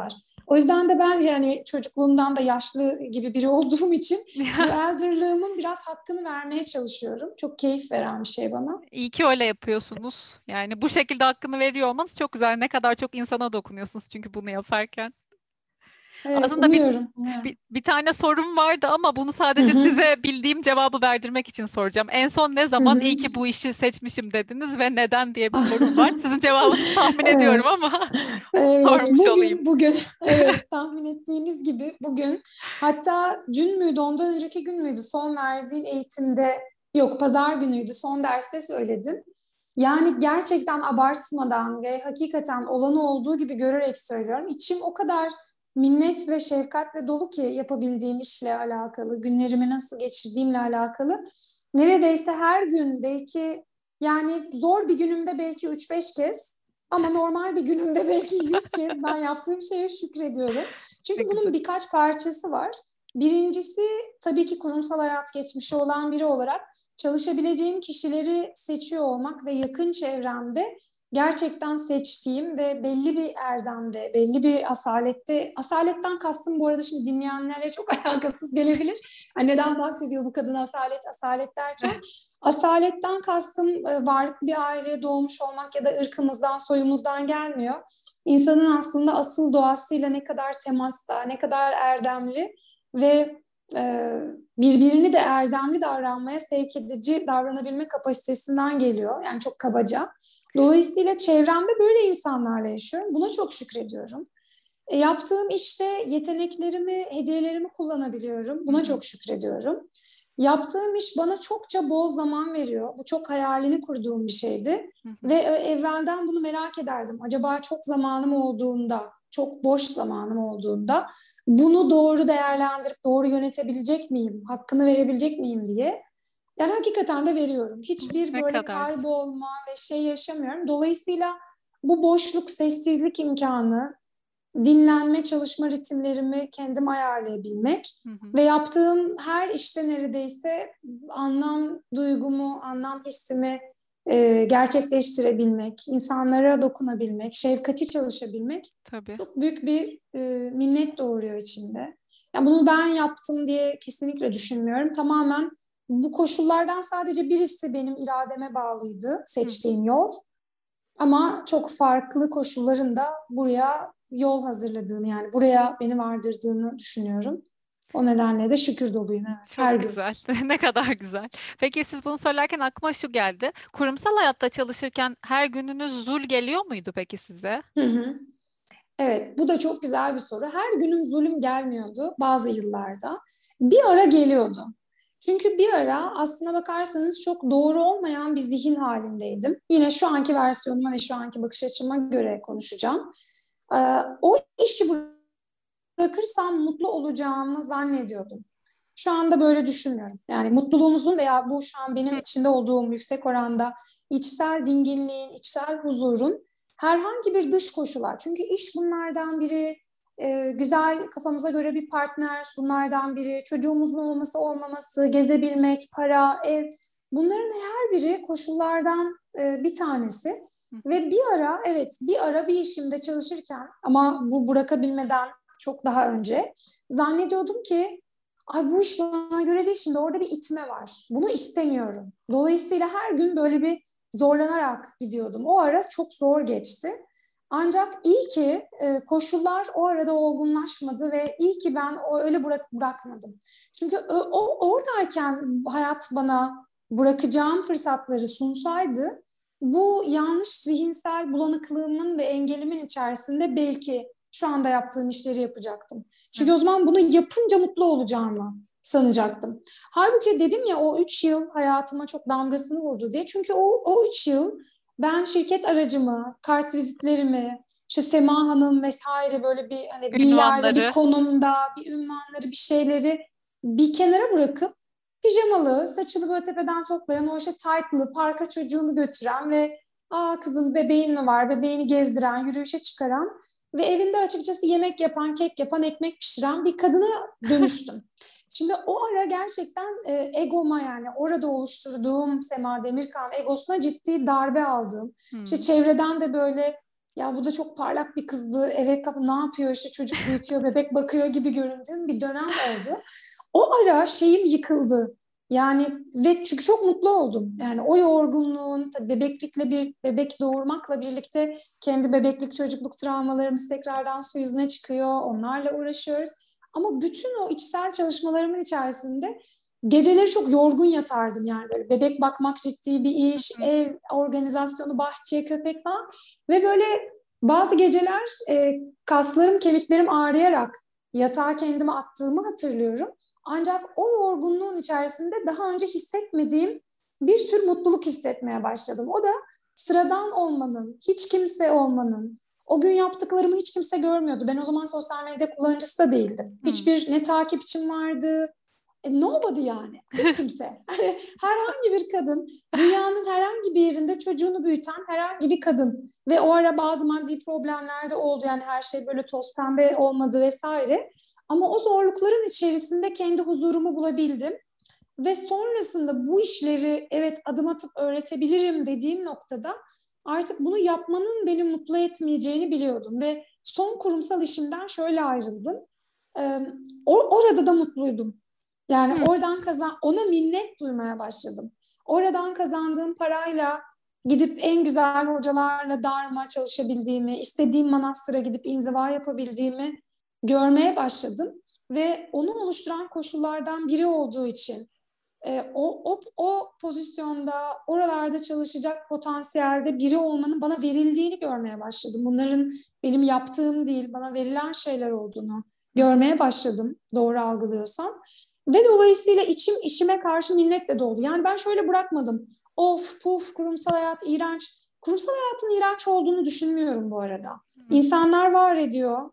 O yüzden de bence yani çocukluğumdan da yaşlı gibi biri olduğum için bu elderlığımın biraz hakkını vermeye çalışıyorum. Çok keyif veren bir şey bana. İyi ki öyle yapıyorsunuz. Yani bu şekilde hakkını veriyor olmanız çok güzel. Ne kadar çok insana dokunuyorsunuz çünkü bunu yaparken. Evet, Aslında bir, umuyorum. umuyorum. bir, bir tane sorum vardı ama bunu Hı sadece hı. size bildiğim cevabı verdirmek için soracağım. En son ne Hı zaman hı. iyi ki bu işi seçmişim dediniz ve neden diye bir sorum var. Sizin cevabınızı tahmin ediyorum Evet. ama Evet, sormuş olayım. bugün bugün evet tahmin ettiğiniz gibi bugün, hatta dün müydü ondan önceki gün müydü son verdiğim eğitimde, yok pazar günüydü, son derste söyledim. Yani gerçekten abartmadan ve hakikaten olanı olduğu gibi görerek söylüyorum. İçim o kadar minnet ve şefkatle dolu ki yapabildiğim işle alakalı, günlerimi nasıl geçirdiğimle alakalı. Neredeyse her gün, belki yani zor bir günümde belki üç beş kez, ama normal bir günümde belki yüz kez ben yaptığım şeye şükrediyorum. Ne Çünkü bunun güzel. birkaç parçası var. Birincisi, tabii ki kurumsal hayat geçmişi olan biri olarak çalışabileceğim kişileri seçiyor olmak ve yakın çevremde gerçekten seçtiğim ve belli bir erdemde, belli bir asalette, asaletten kastım bu arada şimdi dinleyenlere çok alakasız gelebilir. Hani neden bahsediyor bu kadın asalet, asalet derken? Asaletten kastım e, varlıklı bir aileye doğmuş olmak ya da ırkımızdan, soyumuzdan gelmiyor. İnsanın aslında asıl doğasıyla ne kadar temasta, ne kadar erdemli ve e, birbirini de erdemli davranmaya sevk edici davranabilme kapasitesinden geliyor. Yani çok kabaca. Dolayısıyla çevremde böyle insanlarla yaşıyorum. Buna çok şükrediyorum. E, yaptığım işte yeteneklerimi, hediyelerimi kullanabiliyorum. Hı Buna hı, çok şükrediyorum. Yaptığım iş bana çokça bol zaman veriyor. Bu çok hayalini kurduğum bir şeydi. hı hı. Ve e, evvelden bunu merak ederdim. Acaba çok zamanım olduğunda, çok boş zamanım olduğunda bunu doğru değerlendirip doğru yönetebilecek miyim, hakkını verebilecek miyim diye. Yani hakikaten de veriyorum. Hiçbir Ne böyle kadar güzel. kaybolma ve şey yaşamıyorum. Dolayısıyla bu boşluk, sessizlik imkanı, dinlenme, çalışma ritimlerimi kendim ayarlayabilmek Hı hı. ve yaptığım her işte neredeyse anlam duygumu, anlam hissimi e, gerçekleştirebilmek, insanlara dokunabilmek, şefkati çalışabilmek Tabii. çok büyük bir e, minnet doğuruyor içimde. Yani bunu ben yaptım diye kesinlikle düşünmüyorum. Tamamen bu koşullardan sadece birisi benim irademe bağlıydı, Hı hı. seçtiğim yol. Ama çok farklı koşulların da buraya yol hazırladığını, yani buraya beni vardırdığını düşünüyorum. O nedenle de şükür doluyum, evet, her Çok gün. güzel. Ne kadar güzel. Peki siz bunu söylerken aklıma şu geldi. Kurumsal hayatta çalışırken her gününüz zul geliyor muydu peki size? Hı hı. Evet, bu da çok güzel bir soru. Her günüm zulüm gelmiyordu bazı yıllarda. Bir ara geliyordu. Çünkü bir ara aslına bakarsanız çok doğru olmayan bir zihin halindeydim. Yine şu anki versiyonuma ve şu anki bakış açıma göre konuşacağım. Ee, o işi bırakırsam mutlu olacağımı zannediyordum. Şu anda böyle düşünmüyorum. Yani mutluluğumuzun veya bu şu an benim Hı, içinde olduğum yüksek oranda içsel dinginliğin, içsel huzurun herhangi bir dış koşullar. Çünkü iş bunlardan biri, e, güzel kafamıza göre bir partner bunlardan biri, çocuğumuzun olması olmaması, gezebilmek, para, ev, bunların her biri koşullardan e, bir tanesi. hı hı. Ve bir ara, evet, bir ara bir işimde çalışırken, ama bu bırakabilmeden çok daha önce zannediyordum ki ay bu iş bana göre değil, şimdi orada bir itme var. Bunu istemiyorum. Dolayısıyla her gün böyle bir zorlanarak gidiyordum. O ara çok zor geçti. Ancak iyi ki e, koşullar o arada olgunlaşmadı ve iyi ki ben o öyle bırak, bırakmadım. Çünkü o, o oradayken hayat bana bırakacağım fırsatları sunsaydı, bu yanlış zihinsel bulanıklığımın ve engelimin içerisinde belki şu anda yaptığım işleri yapacaktım. Çünkü Evet. o zaman bunu yapınca mutlu olacağımı sanacaktım. Halbuki dedim ya, o üç yıl hayatıma çok damgasını vurdu diye. Çünkü o, o üç yıl ben şirket aracımı, kart vizitlerimi, işte Sema Hanım vesaire, böyle bir hani bir yerde, bir Ünvanları. konumda, bir ünvanları, bir şeyleri bir kenara bırakıp pijamalı, saçını böyle tepeden toplayan, o işte taytlı, parka çocuğunu götüren ve aa kızım bebeğin mi var, bebeğini gezdiren, yürüyüşe çıkaran ve evinde açıkçası yemek yapan, kek yapan, ekmek pişiren bir kadına dönüştüm. Şimdi o ara gerçekten e, egoma, yani orada oluşturduğum Sema Demirkan egosuna ciddi darbe aldım. İşte Hmm. çevreden de böyle ya bu da çok parlak bir kızdı, eve kapı ne yapıyor işte, çocuk büyütüyor, bebek bakıyor gibi göründüğüm bir dönem oldu. O ara şeyim yıkıldı. Yani ve çünkü çok mutlu oldum. Yani o yorgunluğun, tabii bebeklikle bir bebek doğurmakla birlikte kendi bebeklik çocukluk travmalarımız tekrardan su yüzüne çıkıyor. Onlarla uğraşıyoruz. Ama bütün o içsel çalışmalarımın içerisinde geceleri çok yorgun yatardım, yani böyle bebek bakmak ciddi bir iş, ev organizasyonu, bahçe, köpek falan. Ve böyle bazı geceler e, kaslarım, kemiklerim ağrıyarak yatağa kendimi attığımı hatırlıyorum. Ancak o yorgunluğun içerisinde daha önce hissetmediğim bir tür mutluluk hissetmeye başladım. O da sıradan olmanın, hiç kimse olmanın. O gün yaptıklarımı hiç kimse görmüyordu. Ben o zaman sosyal medya kullanıcısı da değildim. Hmm. Hiçbir ne takipçim vardı, e, nobody yani. Hiç kimse. Hani herhangi bir kadın, dünyanın herhangi bir yerinde çocuğunu büyüten herhangi bir kadın. Ve o ara bazı maddi problemler de oldu. Yani her şey böyle toz pembe olmadı vesaire. Ama o zorlukların içerisinde kendi huzurumu bulabildim. Ve sonrasında bu işleri evet adım atıp öğretebilirim dediğim noktada artık bunu yapmanın beni mutlu etmeyeceğini biliyordum. Ve son kurumsal işimden şöyle ayrıldım. Ee, orada da mutluydum. Yani Hmm. oradan kazan, ona minnet duymaya başladım. Oradan kazandığım parayla gidip en güzel hocalarla darma çalışabildiğimi, istediğim manastıra gidip inziva yapabildiğimi görmeye başladım. Ve onu oluşturan koşullardan biri olduğu için e, o, o, o pozisyonda, oralarda çalışacak potansiyelde biri olmanın bana verildiğini görmeye başladım. Bunların benim yaptığım değil, bana verilen şeyler olduğunu görmeye başladım, doğru algılıyorsam. Ve dolayısıyla içim işime karşı minnetle doldu. Yani ben şöyle bırakmadım. Of puf, kurumsal hayat iğrenç. Kurumsal hayatın iğrenç olduğunu düşünmüyorum bu arada. Hmm. İnsanlar var ediyor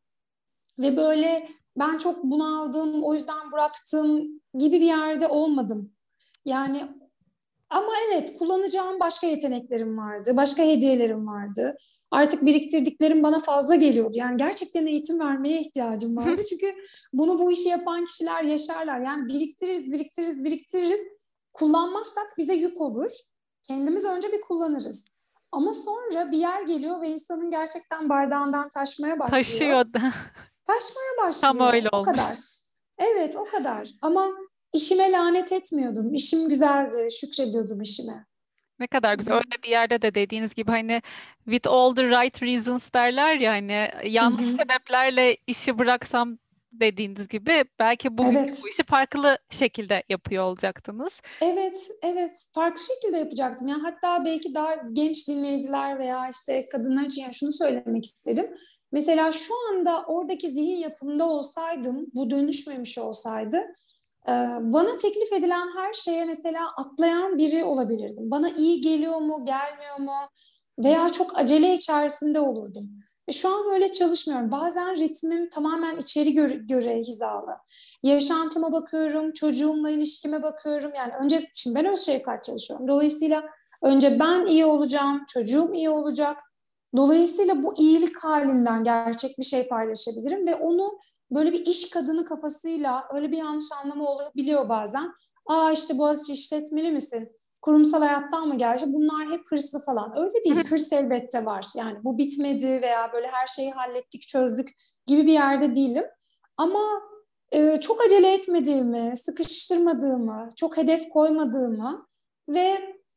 ve böyle ben çok bunaldım, o yüzden bıraktım gibi bir yerde olmadım. Yani ama evet, kullanacağım başka yeteneklerim vardı, başka hediyelerim vardı. Artık biriktirdiklerim bana fazla geliyordu. Yani gerçekten eğitim vermeye ihtiyacım vardı. Çünkü bunu bu işi yapan kişiler yaşarlar. Yani biriktiririz, biriktiririz, biriktiririz. Kullanmazsak bize yük olur. Kendimiz önce bir kullanırız. Ama sonra bir yer geliyor ve insanın gerçekten bardağından taşmaya başlıyor. Taşıyor da. Taşmaya Tam başlıyor. öyle O olmuş. kadar. Evet, o kadar. Ama işime lanet etmiyordum. İşim güzeldi. Şükrediyordum işime. Ne kadar Hı güzel. hı. Öyle bir yerde de dediğiniz gibi hani with all the right reasons derler ya, hani Hı yanlış hı. sebeplerle işi bıraksam dediğiniz gibi belki bugünkü bu Evet. işi farklı şekilde yapıyor olacaktınız. Evet, evet. Farklı şekilde yapacaktım. Yani hatta belki daha genç dinleyiciler veya işte kadınlar için yani şunu söylemek isterim. Mesela şu anda oradaki zihin yapımda olsaydım, bu dönüşmemiş olsaydı, e, bana teklif edilen her şeye mesela atlayan biri olabilirdim. Bana iyi geliyor mu, gelmiyor mu veya çok acele içerisinde olurdum. E şu an öyle çalışmıyorum. Bazen ritmim tamamen içeri göre, göre hizalı. Yaşantıma bakıyorum, çocuğumla ilişkime bakıyorum. Yani önce, şimdi ben öz şefkat çalışıyorum. Dolayısıyla önce ben iyi olacağım, çocuğum iyi olacak. Dolayısıyla bu iyilik halinden gerçek bir şey paylaşabilirim ve onu böyle bir iş kadını kafasıyla, öyle bir yanlış anlama olabiliyor bazen. Aa işte Boğaziçi işletmeli misin? Kurumsal hayattan mı geldi? Bunlar hep hırslı falan. Öyle değil. Hırs elbette var. Yani bu bitmedi veya böyle her şeyi hallettik, çözdük gibi bir yerde değilim. Ama e, çok acele etmediğimi, sıkıştırmadığımı, çok hedef koymadığımı ve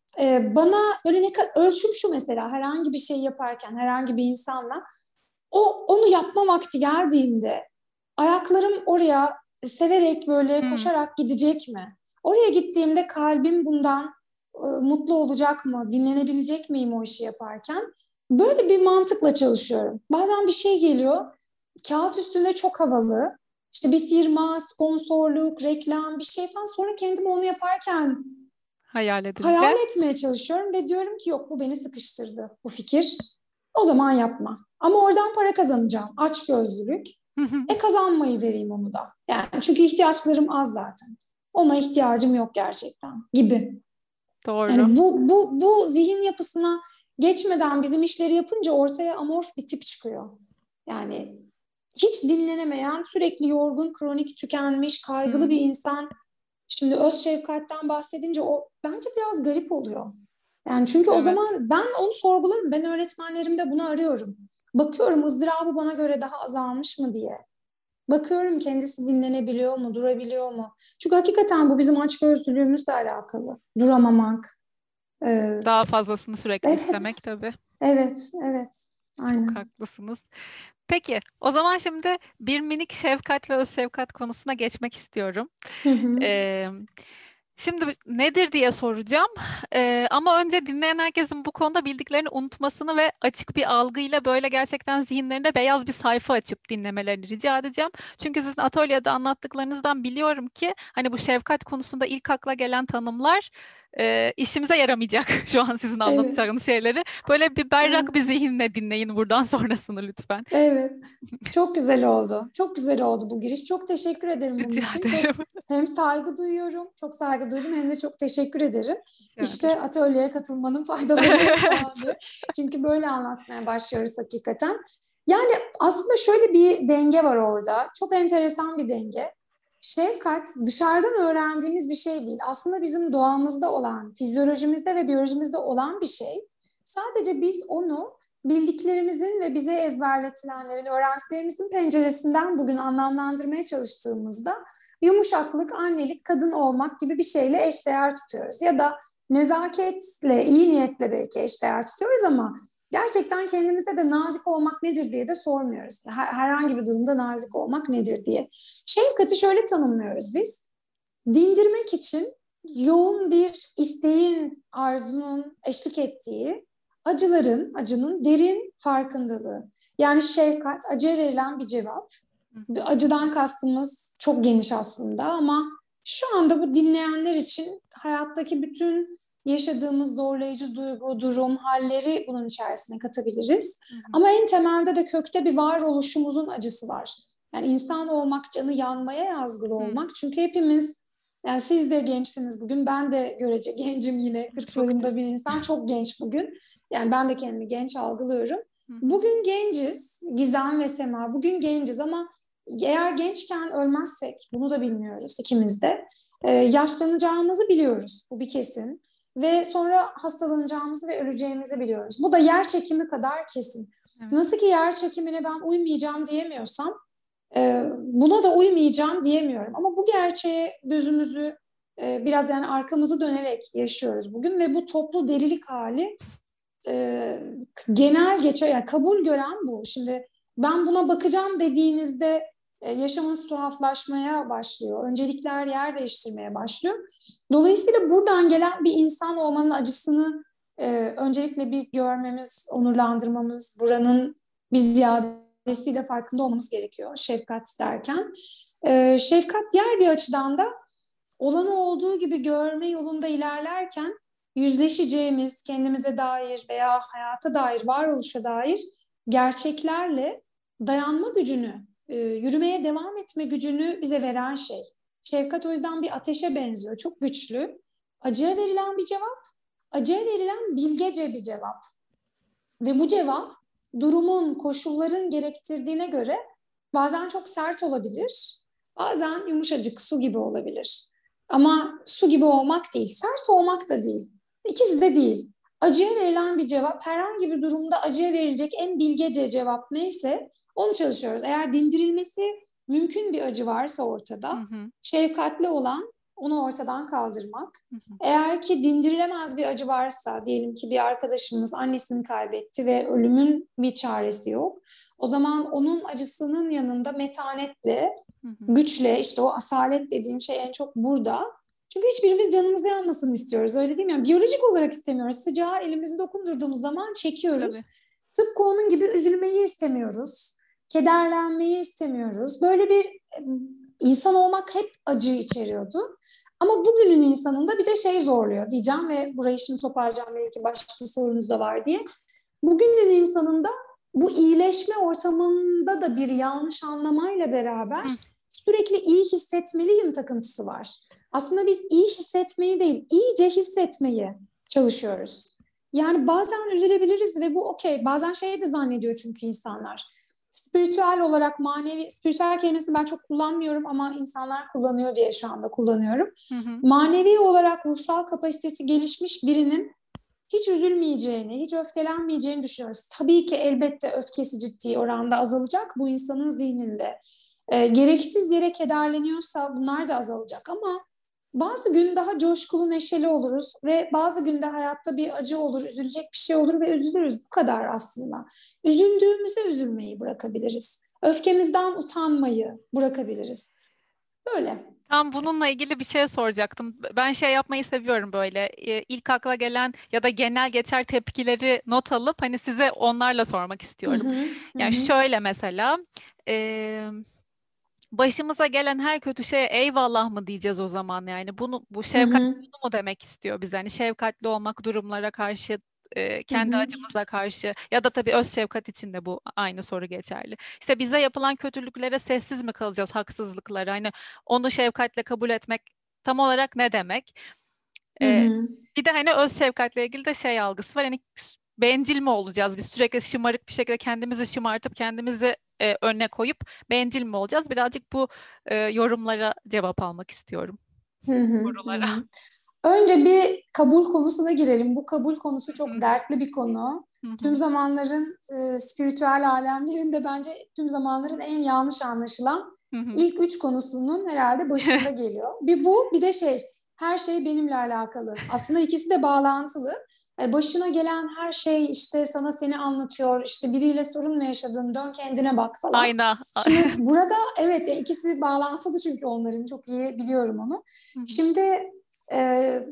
e, bana böyle ne kadar ölçüm şu, mesela herhangi bir şey yaparken herhangi bir insanla o onu yapma vakti geldiğinde ayaklarım oraya severek böyle Hmm. koşarak gidecek mi? Oraya gittiğimde kalbim bundan e, mutlu olacak mı? Dinlenebilecek miyim o işi yaparken? Böyle bir mantıkla çalışıyorum. Bazen bir şey geliyor, kağıt üstünde çok havalı. İşte bir firma, sponsorluk, reklam bir şey falan. Sonra kendimi onu yaparken Hayal hayal edince. etmeye çalışıyorum ve diyorum ki yok, bu beni sıkıştırdı bu fikir. O zaman yapma. Ama oradan para kazanacağım. Açgözlülük. E kazanmayı vereyim onu da. Yani çünkü ihtiyaçlarım az zaten. Ona ihtiyacım yok gerçekten gibi. Doğru. Yani bu bu bu zihin yapısına geçmeden bizim işleri yapınca ortaya amorf bir tip çıkıyor. Yani hiç dinlenemeyen, sürekli yorgun, kronik, tükenmiş, kaygılı Hmm. bir insan. Şimdi öz şefkatten bahsedince o bence biraz garip oluyor. Yani çünkü o Evet. zaman ben onu sorgularım. Ben öğretmenlerimde bunu arıyorum. Bakıyorum ızdırabı bana göre daha azalmış mı diye. Bakıyorum kendisi dinlenebiliyor mu, durabiliyor mu? Çünkü hakikaten bu bizim açgözlülüğümüzle alakalı. Duramamak. Ee, Daha fazlasını sürekli istemek evet, tabii. evet, evet. Çok Aynen. haklısınız. Peki, o zaman şimdi bir minik şefkat ve öz şefkat konusuna geçmek istiyorum. Hı hı. Ee, Şimdi nedir diye soracağım. Ee, ama önce dinleyen herkesin bu konuda bildiklerini unutmasını ve açık bir algıyla böyle gerçekten zihinlerinde beyaz bir sayfa açıp dinlemelerini rica edeceğim. Çünkü sizin atölyede anlattıklarınızdan biliyorum ki hani bu şefkat konusunda ilk akla gelen tanımlar e, işimize yaramayacak şu an sizin Evet, anlatacağınız şeyleri. Böyle bir berrak bir evet. zihinle dinleyin buradan sonrasını lütfen. Evet. Çok güzel oldu. Çok güzel oldu bu giriş. Çok teşekkür ederim bunun Rica için. Çok ederim. hem saygı duyuyorum, çok saygı duydum hem de çok teşekkür ederim. Rica İşte ederim. atölyeye katılmanın faydaları falan diye. Çünkü böyle anlatmaya başlıyoruz hakikaten. Yani aslında şöyle bir denge var orada. Çok enteresan bir denge. Şefkat dışarıdan öğrendiğimiz bir şey değil. Aslında bizim doğamızda olan, fizyolojimizde ve biyolojimizde olan bir şey. Sadece biz onu bildiklerimizin ve bize ezberletilenlerin, öğrendiklerimizin penceresinden bugün anlamlandırmaya çalıştığımızda yumuşaklık, annelik, kadın olmak gibi bir şeyle eşdeğer tutuyoruz. Ya da nezaketle, iyi niyetle belki eşdeğer tutuyoruz ama gerçekten kendimize de nazik olmak nedir diye de sormuyoruz. Herhangi bir durumda nazik olmak nedir diye. Şefkati şöyle tanımlıyoruz biz. Dindirmek için yoğun bir isteğin, arzunun eşlik ettiği, acıların, acının derin farkındalığı. Yani şefkat, acıya verilen bir cevap. Acıdan kastımız çok geniş aslında ama şu anda bu dinleyenler için hayattaki bütün yaşadığımız zorlayıcı duygu, durum, halleri bunun içerisine katabiliriz. Hı hı. Ama en temelde de kökte bir varoluşumuzun acısı var. Yani insan olmak, canı yanmaya yazgılı Hı. olmak. Çünkü hepimiz, yani siz de gençsiniz bugün, ben de görece gencim yine, Çok kırklarımda bir insan, çok genç bugün. Yani ben de kendimi genç algılıyorum. Hı hı. Bugün genciz, Gizem ve Sema, bugün genciz ama eğer gençken ölmezsek, bunu da bilmiyoruz ikimiz de, ee, yaşlanacağımızı biliyoruz, bu bir kesin. Ve sonra hastalanacağımızı ve öleceğimizi biliyoruz. Bu da yer çekimi kadar kesin. Evet. Nasıl ki yer çekimine ben uymayacağım diyemiyorsam, e, buna da uymayacağım diyemiyorum. Ama bu gerçeğe gözümüzü e, biraz yani arkamızı dönerek yaşıyoruz bugün ve bu toplu delilik hali e, genel geçer, yani kabul gören bu. Şimdi ben buna bakacağım dediğinizde e, yaşamınız tuhaflaşmaya başlıyor. Öncelikler yer değiştirmeye başlıyor. Dolayısıyla buradan gelen bir insan olmanın acısını e, öncelikle bir görmemiz, onurlandırmamız, buranın bir ziyadesiyle farkında olmamız gerekiyor şefkat derken. E, şefkat diğer bir açıdan da olanı olduğu gibi görme yolunda ilerlerken yüzleşeceğimiz, kendimize dair veya hayata dair, varoluşa dair gerçeklerle dayanma gücünü, e, yürümeye devam etme gücünü bize veren şey. Şefkat o yüzden bir ateşe benziyor, çok güçlü. Acıya verilen bir cevap, acıya verilen bilgece bir cevap. Ve bu cevap durumun, koşulların gerektirdiğine göre bazen çok sert olabilir, bazen yumuşacık su gibi olabilir. Ama su gibi olmak değil, sert olmak da değil. İkisi de değil. Acıya verilen bir cevap, herhangi bir durumda acıya verilecek en bilgece cevap neyse onu çalışıyoruz. Eğer dindirilmesi mümkün bir acı varsa Hı ortada, hı. şefkatli olan onu ortadan kaldırmak. Hı hı. Eğer ki dindirilemez bir acı varsa, diyelim ki bir arkadaşımız annesini kaybetti ve ölümün bir çaresi yok. O zaman onun acısının yanında metanetle, Hı hı. güçle, işte o asalet dediğim şey en çok burada. Çünkü hiçbirimiz canımızı yanmasını istiyoruz, öyle değil mi? Yani biyolojik olarak istemiyoruz. Sıcağı elimizi dokundurduğumuz zaman çekiyoruz. Tabii. Tıpkı onun gibi üzülmeyi istemiyoruz. Kederlenmeyi istemiyoruz. Böyle bir insan olmak hep acı içeriyordu. Ama bugünün insanında bir de şey zorluyor diyeceğim ve burayı şimdi toparlayacağım, belki başka sorunuz da var diye. Bugünün insanında bu iyileşme ortamında da bir yanlış anlamayla beraber Hı. sürekli iyi hissetmeliyim takıntısı var. Aslında biz iyi hissetmeyi değil, iyice hissetmeyi çalışıyoruz. Yani bazen üzülebiliriz ve bu okey. Bazen şey de zannediyor çünkü insanlar. Spiritüel olarak manevi, spiritüel kelimesini ben çok kullanmıyorum ama insanlar kullanıyor diye şu anda kullanıyorum. Hı hı. Manevi olarak ruhsal kapasitesi gelişmiş birinin hiç üzülmeyeceğini, hiç öfkelenmeyeceğini düşünüyoruz. Tabii ki elbette öfkesi ciddi oranda azalacak bu insanın zihninde. E, gereksiz yere kederleniyorsa bunlar da azalacak ama bazı gün daha coşkulu, neşeli oluruz ve bazı günde hayatta bir acı olur, üzülecek bir şey olur ve üzülürüz. Bu kadar aslında. Üzüldüğümüzde üzülmeyi bırakabiliriz. Öfkemizden utanmayı bırakabiliriz. Böyle. Tam bununla ilgili bir şey soracaktım. Ben şey yapmayı seviyorum böyle. E, ilk akla gelen ya da genel geçer tepkileri not alıp hani size onlarla sormak Hı istiyorum. hı, hı Yani hı, şöyle mesela e, başımıza gelen her kötü şeye eyvallah mı diyeceğiz o zaman yani bunu bu hı şefkat hı, bunu mu demek istiyor bize hani şefkatli olmak durumlara karşı e, hı kendi hı, acımıza karşı ya da tabii öz şefkat için de bu aynı soru geçerli. İşte bize yapılan kötülüklere sessiz mi kalacağız haksızlıklara hani onu şefkatle kabul etmek tam olarak ne demek? hı E, hı. Bir de hani öz şefkatle ilgili de şey algısı var hani bencil mi olacağız biz sürekli şımarık bir şekilde kendimizi şımartıp kendimizi e, önüne koyup bencil mi olacağız? Birazcık bu e, yorumlara cevap almak istiyorum. Hı hı, hı Sorulara. hı. Önce bir kabul konusuna girelim. Bu kabul konusu Hı çok hı, dertli bir konu. hı Tüm hı, zamanların e, spiritüel alemlerinde bence tüm zamanların en yanlış anlaşılan hı hı. ilk üç konusunun herhalde başında geliyor. Bir bu, bir de şey, her şey benimle alakalı. Aslında ikisi de bağlantılı. Yani başına gelen her şey işte sana seni anlatıyor, işte biriyle sorun mu yaşadın, dön kendine bak falan. Ayna. Şimdi burada evet yani ikisi bağlantılı çünkü onların çok iyi biliyorum onu. Hı hı, Şimdi ee,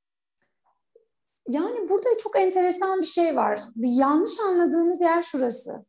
yani burada çok enteresan bir şey var. Bir yanlış anladığımız yer şurası.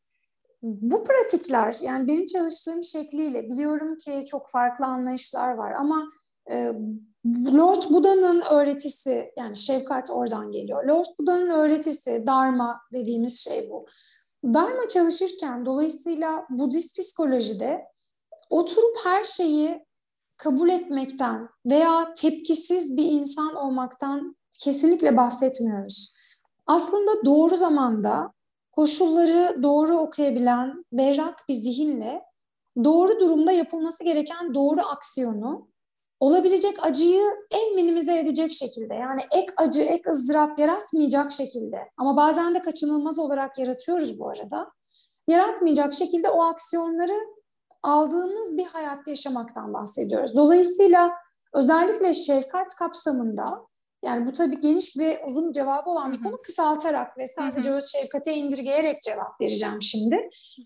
Bu pratikler yani benim çalıştığım şekliyle biliyorum ki çok farklı anlayışlar var ama e, Lord Buda'nın öğretisi yani şefkat oradan geliyor. Lord Buda'nın öğretisi Dharma dediğimiz şey bu. Dharma çalışırken dolayısıyla Budist psikolojide oturup her şeyi kabul etmekten veya tepkisiz bir insan olmaktan kesinlikle bahsetmiyoruz. Aslında doğru zamanda koşulları doğru okuyabilen berrak bir zihinle doğru durumda yapılması gereken doğru aksiyonu olabilecek acıyı en minimize edecek şekilde yani ek acı, ek ızdırap yaratmayacak şekilde ama bazen de kaçınılmaz olarak yaratıyoruz bu arada. Yaratmayacak şekilde o aksiyonları aldığımız bir hayat yaşamaktan bahsediyoruz. Dolayısıyla özellikle şefkat kapsamında yani bu tabii geniş ve uzun cevabı hı olan bir konu hı, kısaltarak ve hı sadece hı, öz şefkate indirgeyerek cevap vereceğim şimdi.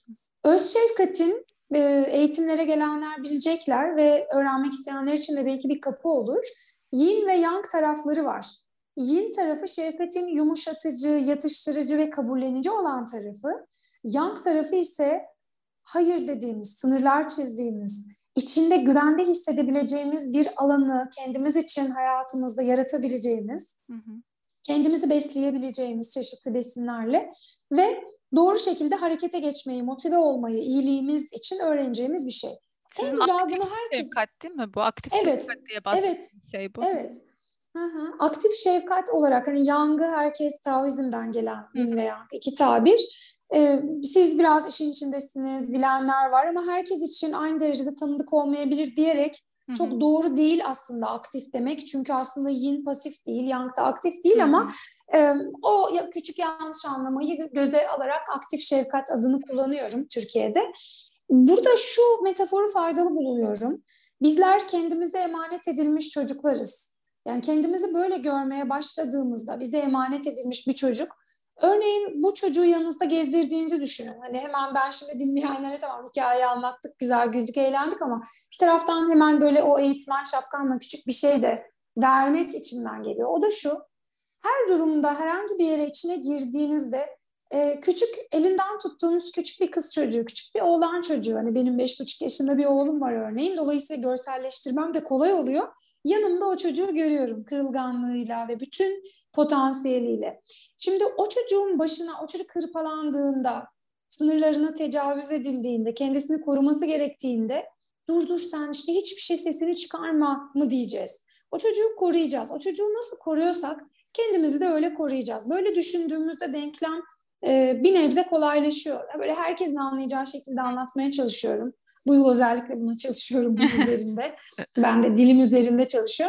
Öz şefkatin e, eğitimlere gelenler bilecekler ve öğrenmek isteyenler için de belki bir kapı olur. Yin ve yang tarafları var. Yin tarafı şefkatin yumuşatıcı, yatıştırıcı ve kabullenici olan tarafı. Yang tarafı ise hayır dediğimiz, sınırlar çizdiğimiz, içinde güvende hissedebileceğimiz bir alanı kendimiz için hayatımızda yaratabileceğimiz, hı hı. kendimizi besleyebileceğimiz çeşitli besinlerle ve doğru şekilde harekete geçmeyi, motive olmayı, iyiliğimiz için öğreneceğimiz bir şey. En Sizin güzel bunu aktif herkes... şefkat değil mi bu? Aktif Evet, şefkat diye evet, bahsettiğiniz şey bu. evet. Hı hı. Aktif şefkat olarak hani Yang'ı herkes Taoizm'den gelen Hı hı, Yin ve Yang iki tabir. Ee, siz biraz işin içindesiniz, bilenler var ama herkes için aynı derecede tanıdık olmayabilir diyerek hı hı, çok doğru değil aslında aktif demek. Çünkü aslında Yin pasif değil, Yang da aktif hı değil ama hı, e, o ya- küçük yanlış anlamayı göze alarak aktif şefkat adını kullanıyorum Türkiye'de. Burada şu metaforu faydalı buluyorum. Bizler kendimize emanet edilmiş çocuklarız. Yani kendimizi böyle görmeye başladığımızda bize emanet edilmiş bir çocuk. Örneğin bu çocuğu yanınızda gezdirdiğinizi düşünün. Hani hemen ben şimdi dinleyenlere tamam hikayeyi anlattık, güzel güldük, eğlendik ama bir taraftan hemen böyle o eğitmen şapkanla küçük bir şey de vermek içimden geliyor. O da şu, her durumda herhangi bir yere içine girdiğinizde e, küçük elinden tuttuğunuz küçük bir kız çocuğu, küçük bir oğlan çocuğu. Hani benim beş buçuk yaşında bir oğlum var örneğin. Dolayısıyla görselleştirmem de kolay oluyor. Yanımda o çocuğu görüyorum kırılganlığıyla ve bütün potansiyeliyle. Şimdi o çocuğun başına o çocuk hırpalandığında, sınırlarına tecavüz edildiğinde, kendisini koruması gerektiğinde dur dur sen işte hiçbir şey sesini çıkarma mı diyeceğiz. O çocuğu koruyacağız. O çocuğu nasıl koruyorsak kendimizi de öyle koruyacağız. Böyle düşündüğümüzde denklem e, bir nebze kolaylaşıyor. Böyle herkesin anlayacağı şekilde anlatmaya çalışıyorum. Bu yıl özellikle buna çalışıyorum bunun üzerinde. Ben de dilim üzerinde çalışıyorum.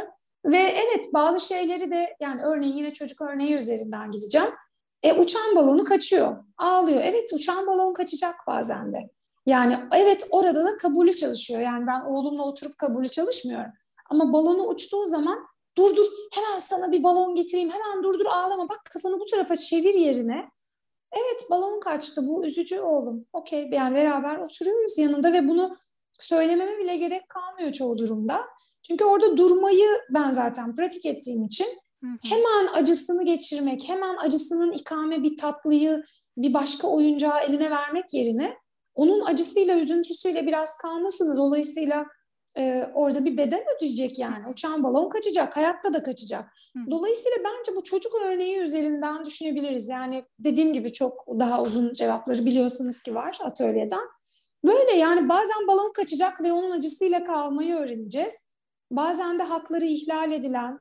Ve evet, bazı şeyleri de, yani örneğin yine çocuk örneği üzerinden gideceğim. E, uçan balonu kaçıyor, ağlıyor. Evet, uçan balon kaçacak bazen de. Yani evet, orada da kabulü çalışıyor. Yani ben oğlumla oturup kabulü çalışmıyorum. Ama balonu uçtuğu zaman dur dur, hemen sana bir balon getireyim, hemen dur dur, ağlama, bak kafanı bu tarafa çevir yerine. Evet, balon kaçtı, bu üzücü oğlum. Okey, yani beraber oturuyoruz yanında ve bunu söylememe bile gerek kalmıyor çoğu durumda. Çünkü orada durmayı ben zaten pratik ettiğim için Hı hı. hemen acısını geçirmek, hemen acısının ikame bir tatlıyı bir başka oyuncağı eline vermek yerine onun acısıyla, üzüntüsüyle biraz kalmasını, dolayısıyla e, orada bir bedel ödeyecek yani. Uçan balon kaçacak, hayatta da kaçacak. Hı hı. Dolayısıyla bence bu çocuk örneği üzerinden düşünebiliriz. Yani dediğim gibi çok daha uzun cevapları biliyorsunuz ki var atölyeden. Böyle yani, bazen balon kaçacak ve onun acısıyla kalmayı öğreneceğiz. Bazen de hakları ihlal edilen,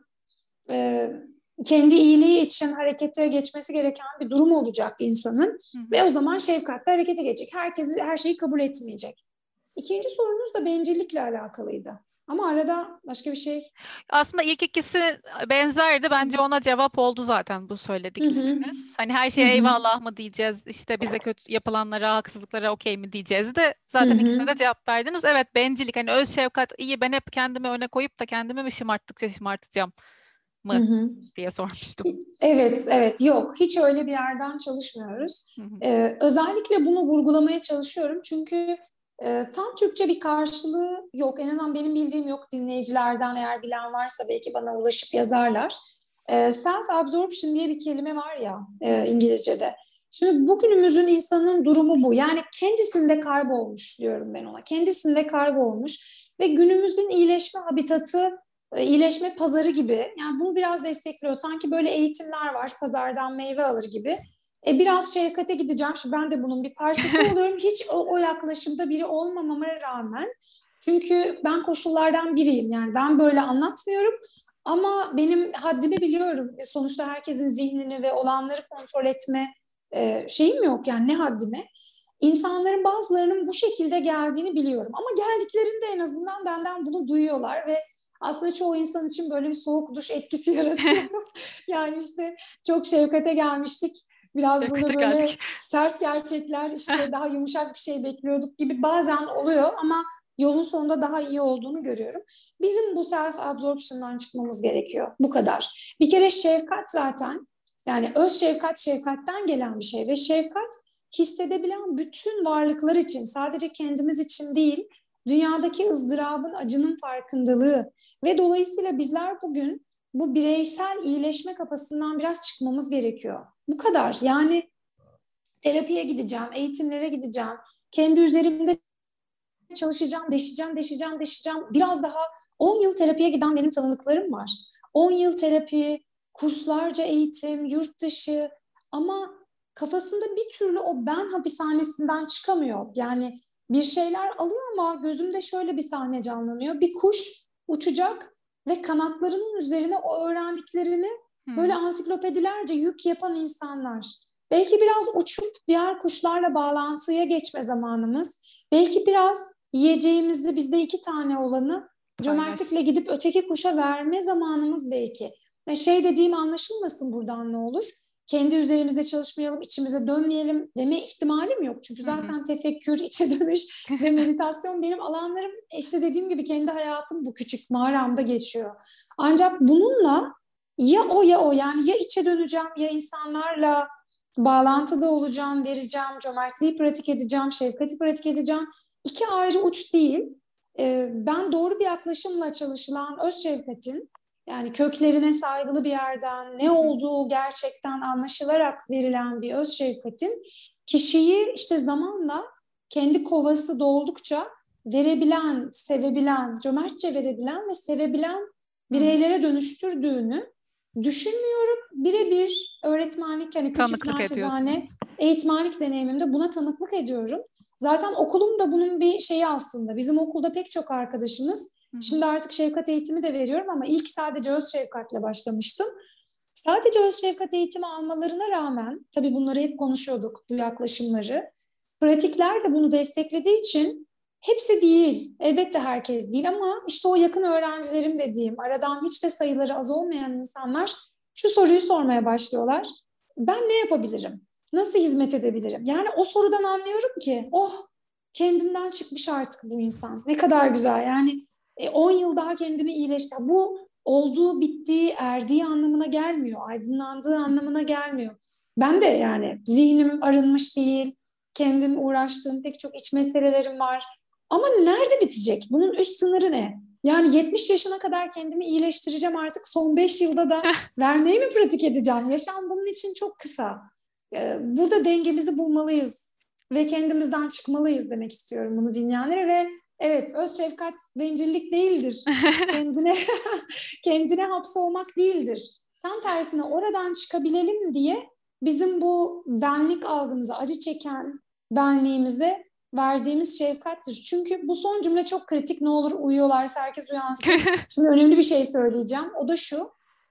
e, kendi iyiliği için harekete geçmesi gereken bir durum olacak insanın. Hı Ve hı. o zaman şefkatle harekete geçecek. Herkesi, her şeyi kabul etmeyecek. İkinci sorunuz da bencillikle alakalıydı. Ama arada başka bir şey. Aslında ilk ikisi benzerdi. Hı Bence hı. ona cevap oldu zaten bu Hı hı. söyledikleriniz. Hani her Hı şeye hı. eyvallah mı diyeceğiz, işte bize kötü yapılanlara, haksızlıklara okey mi diyeceğiz de Hı zaten ikisine hı. de cevap verdiniz. Evet, bencillik, hani öz şefkat iyi, ben hep kendimi öne koyup da kendimi mi şımarttıkça şımartacağım Hı mı hı. diye sormuştum. Evet, evet. Yok, hiç öyle bir yerden çalışmıyoruz. Hı hı. Ee, özellikle bunu vurgulamaya çalışıyorum. Çünkü e, tam Türkçe bir karşılığı yok. En azından benim bildiğim yok. Dinleyicilerden eğer bilen varsa belki bana ulaşıp yazarlar. Ee, self-absorption diye bir kelime var ya Hı e, hı. İngilizce'de. Şimdi bugünümüzün insanın durumu bu. Yani kendisinde kaybolmuş diyorum ben ona. Kendisinde kaybolmuş ve günümüzün iyileşme habitatı, e, iyileşme pazarı gibi. Yani bunu biraz destekliyor. Sanki böyle eğitimler var, pazardan meyve alır gibi. E, biraz şefkate gideceğim. Şimdi ben de bunun bir parçası oluyorum. Hiç o, o yaklaşımda biri olmamama rağmen. Çünkü ben koşullardan biriyim. Yani ben böyle anlatmıyorum. Ama benim haddimi biliyorum. E, sonuçta herkesin zihnini ve olanları kontrol etme e, şeyim yok. Yani ne haddime. İnsanların bazılarının bu şekilde geldiğini biliyorum. Ama geldiklerinde en azından benden bunu duyuyorlar ve aslında çoğu insan için böyle bir soğuk duş etkisi yaratıyor. Yani işte çok şefkate gelmiştik. Biraz burada Şefkate böyle geldik. sert gerçekler, işte daha yumuşak bir şey bekliyorduk gibi bazen oluyor ama yolun sonunda daha iyi olduğunu görüyorum. Bizim bu self absorption'dan çıkmamız gerekiyor. Bu kadar. Bir kere şefkat zaten, yani öz şefkat şefkatten gelen bir şey ve şefkat hissedebilen bütün varlıklar için, sadece kendimiz için değil, dünyadaki ızdırabın, acının farkındalığı ve dolayısıyla bizler bugün bu bireysel iyileşme kafasından biraz çıkmamız gerekiyor. Bu kadar. Yani terapiye gideceğim, eğitimlere gideceğim, kendi üzerimde çalışacağım, deşeceğim, deşeceğim, deşeceğim. Biraz daha on yıl terapiye giden benim tanıdıklarım var. on yıl terapi, kurslarca eğitim, yurt dışı, ama kafasında bir türlü o ben hapishanesinden çıkamıyor. Yani bir şeyler alıyor ama gözümde şöyle bir sahne canlanıyor. Bir kuş uçacak ve kanatlarının üzerine o öğrendiklerini böyle Hmm, ansiklopedilerce yük yapan insanlar. Belki biraz uçup diğer kuşlarla bağlantıya geçme zamanımız. Belki biraz yiyeceğimizi, bizde iki tane olanı paylaş. cömertlikle gidip öteki kuşa verme zamanımız belki. Yani şey dediğim anlaşılmasın buradan, ne olur. Kendi üzerimizde çalışmayalım, içimize dönmeyelim deme ihtimalim yok. Çünkü Hı hı. zaten tefekkür, içe dönüş ve meditasyon benim alanlarım. İşte dediğim gibi kendi hayatım bu küçük mağaramda geçiyor. Ancak bununla ya o ya o, yani ya içe döneceğim, ya insanlarla bağlantıda olacağım, vereceğim, cömertliği pratik edeceğim, şefkati pratik edeceğim. İki ayrı uç değil. Ee, ben doğru bir yaklaşımla çalışılan öz şefkatin, yani köklerine saygılı bir yerden, Hı ne hı. olduğu gerçekten anlaşılarak verilen bir öz şefkatin, kişiyi işte zamanla kendi kovası doldukça verebilen, sevebilen, cömertçe verebilen ve sevebilen Hı hı. bireylere dönüştürdüğünü düşünmüyorum. Birebir öğretmenlik, hani küçük Tanıklık naçizane ediyorsunuz. eğitmenlik deneyimimde buna tanıklık ediyorum. Zaten okulum da bunun bir şeyi aslında. Bizim okulda pek çok arkadaşımız, Hı hı. şimdi artık şefkat eğitimi de veriyorum ama ilk sadece öz şefkatle başlamıştım. Sadece öz şefkat eğitimi almalarına rağmen, tabii bunları hep konuşuyorduk, bu yaklaşımları. Pratikler de bunu desteklediği için Hepsi değil, elbette herkes değil ama işte o yakın öğrencilerim dediğim, aradan hiç de sayıları az olmayan insanlar şu soruyu sormaya başlıyorlar. Ben ne yapabilirim? Nasıl hizmet edebilirim? Yani o sorudan anlıyorum ki, oh kendinden çıkmış artık bu insan. Ne kadar güzel. Yani on yıl daha kendimi iyileştir. Bu olduğu, bittiği, erdiği anlamına gelmiyor. Aydınlandığı anlamına gelmiyor. Ben de yani zihnim arınmış değil. Kendim uğraştığım pek çok iç meselelerim var. Ama nerede bitecek? Bunun üst sınırı ne? Yani yetmiş yaşına kadar kendimi iyileştireceğim artık. Son beş yılda da vermeyi mi pratik edeceğim? Yaşam bunun için çok kısa. Burada dengemizi bulmalıyız ve kendimizden çıkmalıyız demek istiyorum bunu dinleyenlere ve evet, öz şefkat bencillik değildir. Kendine kendine hapsolmak değildir. Tam tersine oradan çıkabilelim diye bizim bu benlik algımıza, acı çeken benliğimize verdiğimiz şefkattir. Çünkü bu son cümle çok kritik. Ne olur uyuyorlarsa herkes uyansın. Şimdi önemli bir şey söyleyeceğim. O da şu.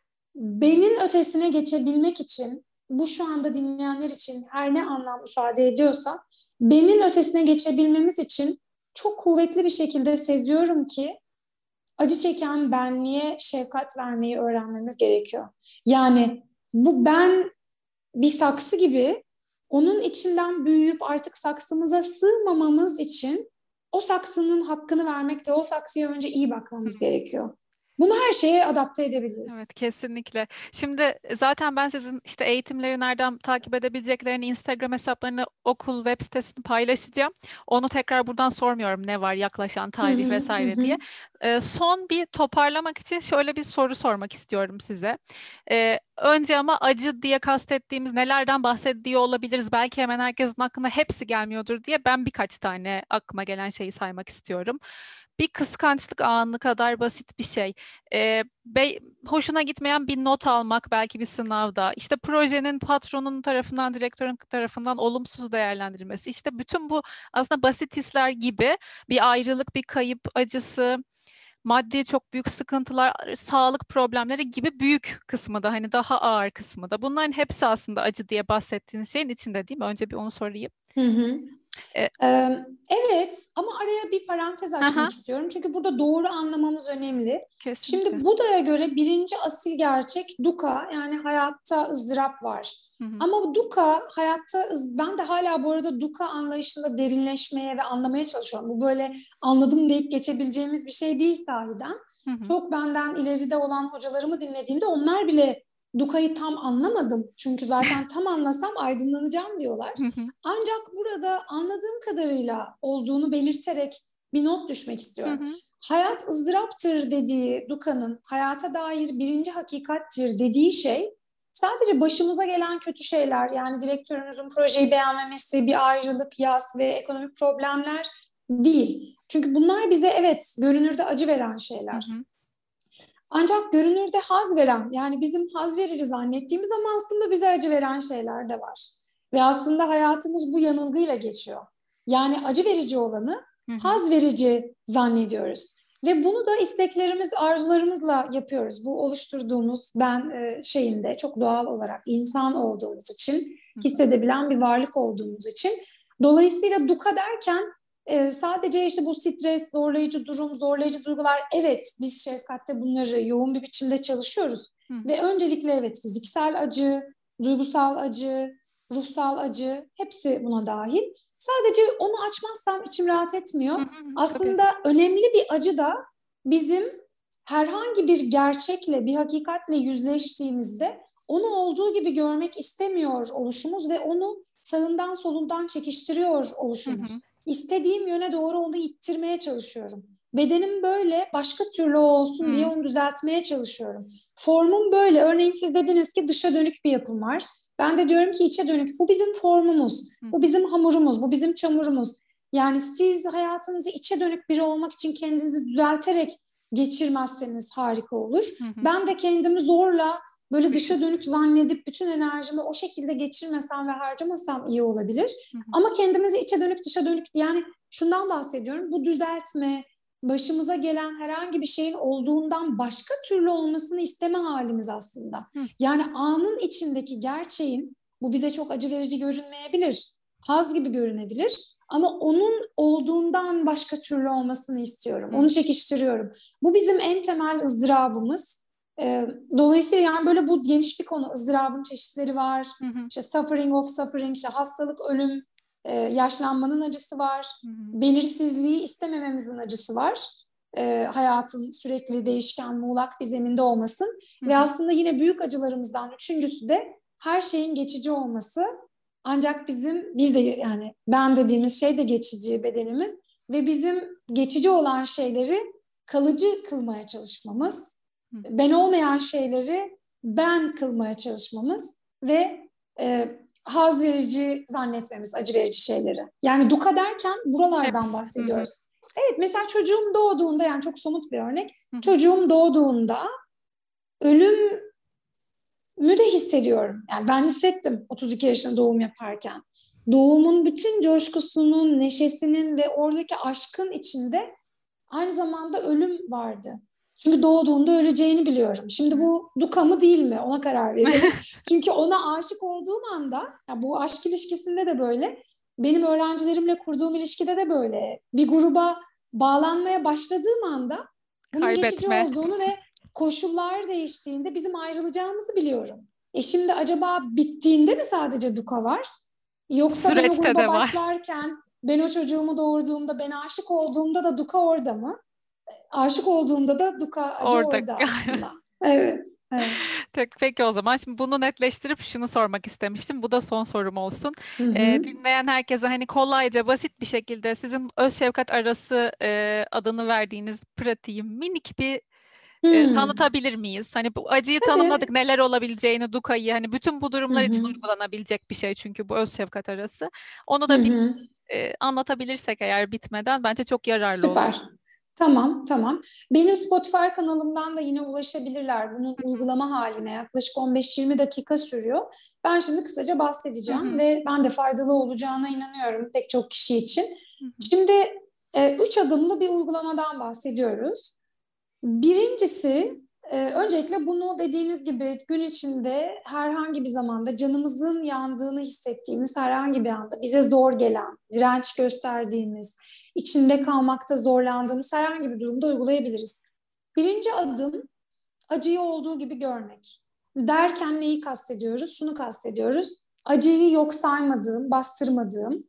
Benin ötesine geçebilmek için, bu şu anda dinleyenler için her ne anlam ifade ediyorsa, benin ötesine geçebilmemiz için çok kuvvetli bir şekilde seziyorum ki acı çeken benliğe şefkat vermeyi öğrenmemiz gerekiyor. Yani bu ben bir saksı gibi, onun içinden büyüyüp artık saksımıza sığmamamız için o saksının hakkını vermek ve o saksıya önce iyi bakmamız gerekiyor. Bunu her şeye adapte edebiliriz. Evet, kesinlikle. Şimdi zaten ben sizin işte eğitimleri nereden takip edebileceklerini, Instagram hesaplarını, okul web sitesini paylaşacağım. Onu tekrar buradan sormuyorum ne var yaklaşan tarih vesaire diye. Ee, son bir toparlamak için şöyle bir soru sormak istiyorum size. Ee, önce ama acı diye kastettiğimiz nelerden bahsediyor olabiliriz? Belki hemen herkesin aklına hepsi gelmiyordur diye ben birkaç tane aklıma gelen şeyi saymak istiyorum. Bir kıskançlık anı kadar basit bir şey. Ee, be, hoşuna gitmeyen bir not almak belki bir sınavda. İşte projenin patronun tarafından, direktörün tarafından olumsuz değerlendirilmesi. İşte bütün bu aslında basit hisler gibi bir ayrılık, bir kayıp acısı, maddi çok büyük sıkıntılar, sağlık problemleri gibi büyük kısmı da hani daha ağır kısmı da. Bunların hepsi aslında acı diye bahsettiğiniz şeyin içinde değil mi? Önce bir onu sorayım. Hı hı. Ee, Ee, evet ama araya bir parantez açmak aha, istiyorum. Çünkü burada doğru anlamamız önemli. kesinlikle. Şimdi Buda'ya göre birinci asil gerçek dukkha, yani hayatta ızdırap var. Hı hı. Ama dukkha hayatta, ben de hala bu arada dukkha anlayışında derinleşmeye ve anlamaya çalışıyorum. Bu böyle anladım deyip geçebileceğimiz bir şey değil sahiden. Hı hı. Çok benden ileride olan hocalarımı dinlediğimde onlar bile dukkayı tam anlamadım. Çünkü zaten tam anlasam aydınlanacağım diyorlar. Hı hı. Ancak burada anladığım kadarıyla olduğunu belirterek bir not düşmek istiyorum. Hı hı. Hayat ızdıraptır dediği Dukka'nın, hayata dair birinci hakikattir dediği şey sadece başımıza gelen kötü şeyler, yani direktörümüzün projeyi beğenmemesi, bir ayrılık, yas ve ekonomik problemler değil. Çünkü bunlar bize evet görünürde acı veren şeyler. Hı hı. Ancak görünürde haz veren, yani bizim haz verici zannettiğimiz ama aslında bize acı veren şeyler de var. Ve aslında hayatımız bu yanılgıyla geçiyor. Yani acı verici olanı Hı hı. haz verici zannediyoruz. Ve bunu da isteklerimiz, arzularımızla yapıyoruz. Bu oluşturduğumuz ben e, şeyinde çok doğal olarak insan olduğumuz için, hissedebilen bir varlık olduğumuz için. Dolayısıyla dukkha derken Ee, sadece işte bu stres, zorlayıcı durum, zorlayıcı duygular, evet biz şefkatte bunları yoğun bir biçimde çalışıyoruz. Hı hı. Ve öncelikle evet fiziksel acı, duygusal acı, ruhsal acı hepsi buna dahil. Sadece onu açmazsam içim rahat etmiyor. Hı hı. Aslında Tabii. önemli bir acı da bizim herhangi bir gerçekle, bir hakikatle yüzleştiğimizde onu olduğu gibi görmek istemiyor oluşumuz ve onu sağından solundan çekiştiriyor oluşumuz. Hı hı. İstediğim yöne doğru onu ittirmeye çalışıyorum. Bedenim böyle, başka türlü olsun diye onu düzeltmeye çalışıyorum. Formum böyle. Örneğin siz dediniz ki dışa dönük bir yapım var. Ben de diyorum ki içe dönük. Bu bizim formumuz, bu bizim hamurumuz, bu bizim çamurumuz. Yani siz hayatınızı içe dönük biri olmak için kendinizi düzelterek geçirmezseniz harika olur. Hı hı. Ben de kendimi zorla böyle dışa dönük zannedip bütün enerjimi o şekilde geçirmesem ve harcamasam iyi olabilir. Hı hı. Ama kendimizi içe dönük dışa dönük, yani şundan bahsediyorum. Bu düzeltme, başımıza gelen herhangi bir şeyin olduğundan başka türlü olmasını isteme halimiz aslında. Hı. Yani anın içindeki gerçeğin, bu bize çok acı verici görünmeyebilir. haz gibi görünebilir. Ama onun olduğundan başka türlü olmasını istiyorum. Hı. Onu çekiştiriyorum. Bu bizim en temel ızdırabımız. Ee, dolayısıyla yani böyle bu geniş bir konu. Izdırabın çeşitleri var. Hı hı. İşte suffering of suffering, işte hastalık, ölüm, e, yaşlanmanın acısı var. Hı hı. Belirsizliği istemememizin acısı var. E, hayatın sürekli değişken, muğlak bir zeminde olmasın. Hı Ve hı. aslında yine büyük acılarımızdan üçüncüsü de her şeyin geçici olması. Ancak bizim, biz de yani ben dediğimiz şey de geçici bedenimiz ve bizim geçici olan şeyleri kalıcı kılmaya çalışmamız, Hı. ben olmayan şeyleri ben kılmaya çalışmamız ve e, haz verici zannetmemiz, acı verici şeyleri. Yani duka derken buralardan Hepsi. Hı hı. bahsediyoruz. Evet, mesela çocuğum doğduğunda, yani çok somut bir örnek, Hı hı. çocuğum doğduğunda ölüm mü de hissediyorum. Yani ben hissettim otuz iki yaşında doğum yaparken. Doğumun bütün coşkusunun, neşesinin ve oradaki aşkın içinde aynı zamanda ölüm vardı. Çünkü doğduğunda öleceğini biliyorum. Şimdi bu duka mı değil mi? Ona karar verelim. Çünkü ona aşık olduğum anda, yani bu aşk ilişkisinde de böyle, benim öğrencilerimle kurduğum ilişkide de böyle. Bir gruba bağlanmaya başladığım anda bunun geçici Kaybetme. olduğunu ve koşullar değiştiğinde bizim ayrılacağımızı biliyorum. E şimdi acaba bittiğinde mi sadece duka var? Yoksa ben o Süreçte gruba de var. başlarken, ben o çocuğumu doğurduğumda, ben aşık olduğumda da duka orada mı? Aşık olduğumda da duka, acı Orada. orada aslında. Evet, evet. Peki, peki o zaman şimdi bunu netleştirip şunu sormak istemiştim. Bu da son sorum olsun. Hı Ee, hı. dinleyen herkese hani kolayca, basit bir şekilde sizin öz şefkat arası e, adını verdiğiniz pratiği minik bir e, Hmm. tanıtabilir miyiz? Hani bu acıyı tanımladık, Tabii. neler olabileceğini, Duka'yı, hani bütün bu Hı durumlar için hı. uygulanabilecek bir şey çünkü bu öz şefkat arası. Onu Hı da bir hı. e, anlatabilirsek eğer bitmeden bence çok yararlı olur. Süper. Tamam, tamam. Benim Spotify kanalımdan da yine ulaşabilirler. Bunun uygulama haline yaklaşık on beş yirmi dakika sürüyor. Ben şimdi kısaca Hı bahsedeceğim hı. ve ben de faydalı olacağına inanıyorum pek çok kişi için. Hı hı. Şimdi e, üç adımlı bir uygulamadan bahsediyoruz. Birincisi, e, öncelikle bunu dediğiniz gibi gün içinde herhangi bir zamanda canımızın yandığını hissettiğimiz herhangi bir anda bize zor gelen, direnç gösterdiğimiz, içinde kalmakta zorlandığımız herhangi bir durumda uygulayabiliriz. Birinci adım acıyı olduğu gibi görmek. Derken neyi kastediyoruz? Şunu kastediyoruz. Acıyı yok saymadığım, bastırmadığım,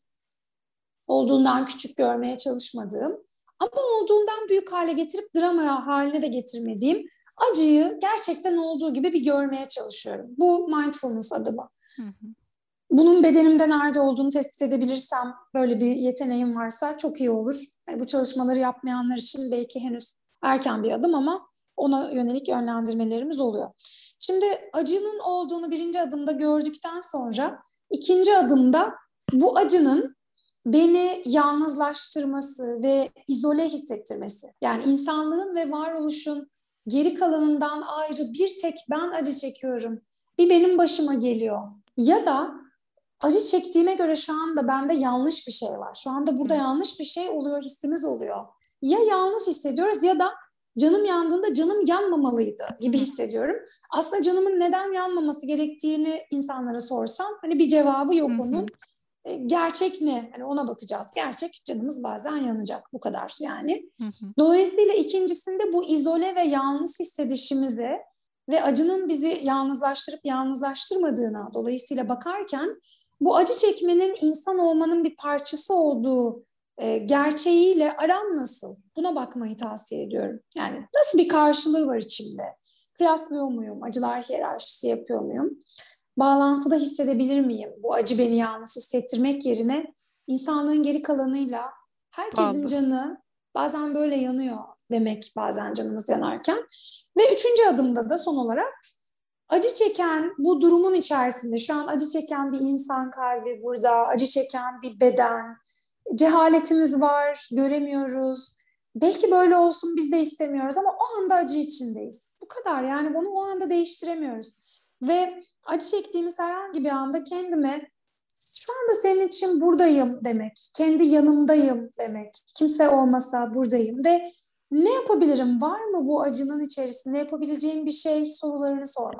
olduğundan küçük görmeye çalışmadığım ama olduğundan büyük hale getirip drama haline de getirmediğim acıyı gerçekten olduğu gibi bir görmeye çalışıyorum. Bu mindfulness adımı. Hı hı. Bunun bedenimde nerede olduğunu tespit edebilirsem, böyle bir yeteneğim varsa çok iyi olur. Yani bu çalışmaları yapmayanlar için belki henüz erken bir adım ama ona yönelik yönlendirmelerimiz oluyor. Şimdi acının olduğunu birinci adımda gördükten sonra ikinci adımda bu acının beni yalnızlaştırması ve izole hissettirmesi. Yani insanlığın ve varoluşun geri kalanından ayrı bir tek ben acı çekiyorum. Bir benim başıma geliyor. Ya da acı çektiğime göre şu anda bende yanlış bir şey var. Şu anda burada Hı. yanlış bir şey oluyor, hissimiz oluyor. Ya yalnız hissediyoruz ya da canım yandığında canım yanmamalıydı gibi Hı. hissediyorum. Aslında canımın neden yanmaması gerektiğini insanlara sorsam hani bir cevabı yok Hı hı. onun. E, gerçek ne? Yani ona bakacağız. Gerçek canımız bazen yanacak. Bu kadar yani. Hı hı. Dolayısıyla ikincisinde bu izole ve yalnız hissedişimize ve acının bizi yalnızlaştırıp yalnızlaştırmadığına dolayısıyla bakarken bu acı çekmenin insan olmanın bir parçası olduğu e, gerçeğiyle aram nasıl? Buna bakmayı tavsiye ediyorum. Yani nasıl bir karşılığı var içimde? Kıyaslıyor muyum? Acılar hiyerarşisi yapıyor muyum? Bağlantıda hissedebilir miyim? Bu acı beni yalnız hissettirmek yerine insanlığın geri kalanıyla herkesin Bağlı. canı bazen böyle yanıyor demek, bazen canımız yanarken. Ve üçüncü adımda da son olarak acı çeken bu durumun içerisinde, şu an acı çeken bir insan kalbi burada, acı çeken bir beden, cehaletimiz var, göremiyoruz. Belki böyle olsun biz de istemiyoruz ama o anda acı içindeyiz. Bu kadar, yani bunu o anda değiştiremiyoruz. Ve acı çektiğimiz herhangi bir anda kendime şu anda senin için buradayım demek, kendi yanımdayım demek, kimse olmasa buradayım ve ne yapabilirim, var mı bu acının içerisinde yapabileceğim bir şey sorularını sormak.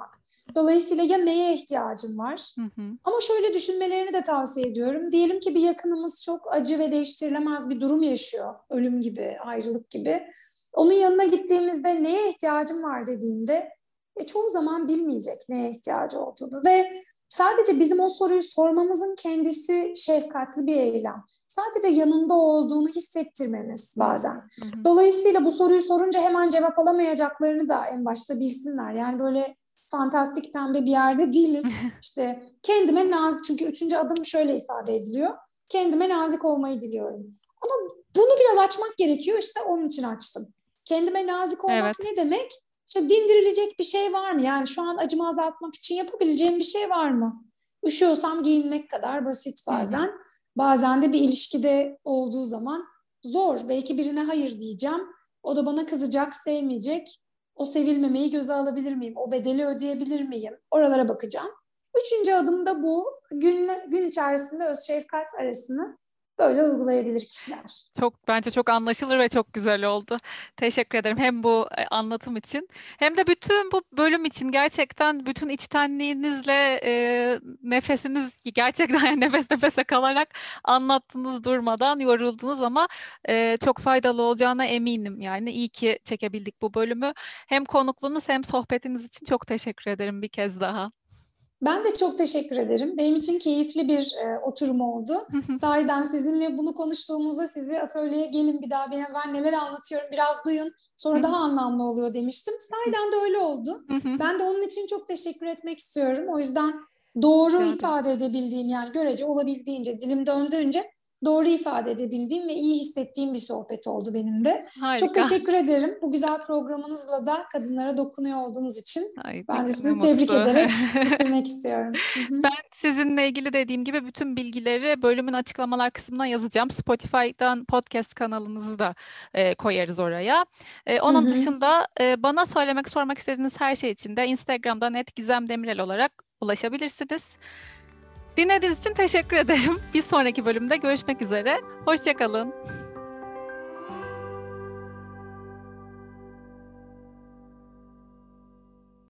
Dolayısıyla ya neye ihtiyacın var? Hı hı. Ama şöyle düşünmelerini de tavsiye ediyorum. Diyelim ki bir yakınımız çok acı ve değiştirilemez bir durum yaşıyor. Ölüm gibi, ayrılık gibi. Onun yanına gittiğimizde neye ihtiyacım var dediğinde e, çoğu zaman bilmeyecek neye ihtiyacı olduğunu. Ve sadece bizim o soruyu sormamızın kendisi şefkatli bir eylem. Sadece yanında olduğunu hissettirmemiz bazen. Hı hı. Dolayısıyla bu soruyu sorunca hemen cevap alamayacaklarını da en başta bilsinler. Yani böyle fantastik pembe bir yerde değiliz. İşte kendime nazik, çünkü üçüncü adım şöyle ifade ediliyor. Kendime nazik olmayı diliyorum. Ama bunu biraz açmak gerekiyor. İşte onun için açtım. Kendime nazik olmak Evet. ne demek? İşte dindirilecek bir şey var mı? Yani şu an acımı azaltmak için yapabileceğim bir şey var mı? Üşüyorsam giyinmek kadar basit bazen. Hı hı. Bazen de bir ilişkide olduğu zaman zor. Belki birine hayır diyeceğim. O da bana kızacak, sevmeyecek. O sevilmemeyi göze alabilir miyim? O bedeli ödeyebilir miyim? Oralara bakacağım. Üçüncü adım da bu. Gün, gün içerisinde öz şefkat arasını böyle uygulayabilir kişiler. Çok bence çok anlaşılır ve çok güzel oldu. Teşekkür ederim hem bu e, anlatım için hem de bütün bu bölüm için. Gerçekten bütün içtenliğinizle e, nefesiniz gerçekten yani nefes nefese kalarak anlattınız, durmadan yoruldunuz ama e, çok faydalı olacağına eminim. Yani iyi ki çekebildik bu bölümü. Hem konukluğunuz hem sohbetiniz için çok teşekkür ederim bir kez daha. Ben de çok teşekkür ederim. Benim için keyifli bir e, oturum oldu. Sahiden sizinle bunu konuştuğumuzda sizi atölyeye gelin bir daha ben, ben neler anlatıyorum biraz duyun. Sonra daha anlamlı oluyor demiştim. Sahiden de öyle oldu. Ben de onun için çok teşekkür etmek istiyorum. O yüzden doğru ifade edebildiğim, yani görece olabildiğince, dilim döndüğünce doğru ifade edebildiğim ve iyi hissettiğim bir sohbet oldu benim de. Harika. Çok teşekkür ederim. Bu güzel programınızla da kadınlara dokunuyor olduğunuz için. Ay, ben de sizi tebrik ederek bitirmek istiyorum. Ben sizinle ilgili dediğim gibi bütün bilgileri bölümün açıklamalar kısmına yazacağım. Spotify'dan podcast kanalınızı da e, koyarız oraya. E, onun hı hı. dışında e, bana söylemek, sormak istediğiniz her şey için de Instagram'dan et Gizem Demirel olarak ulaşabilirsiniz. Dinlediğiniz için teşekkür ederim. Bir sonraki bölümde görüşmek üzere. Hoşça kalın.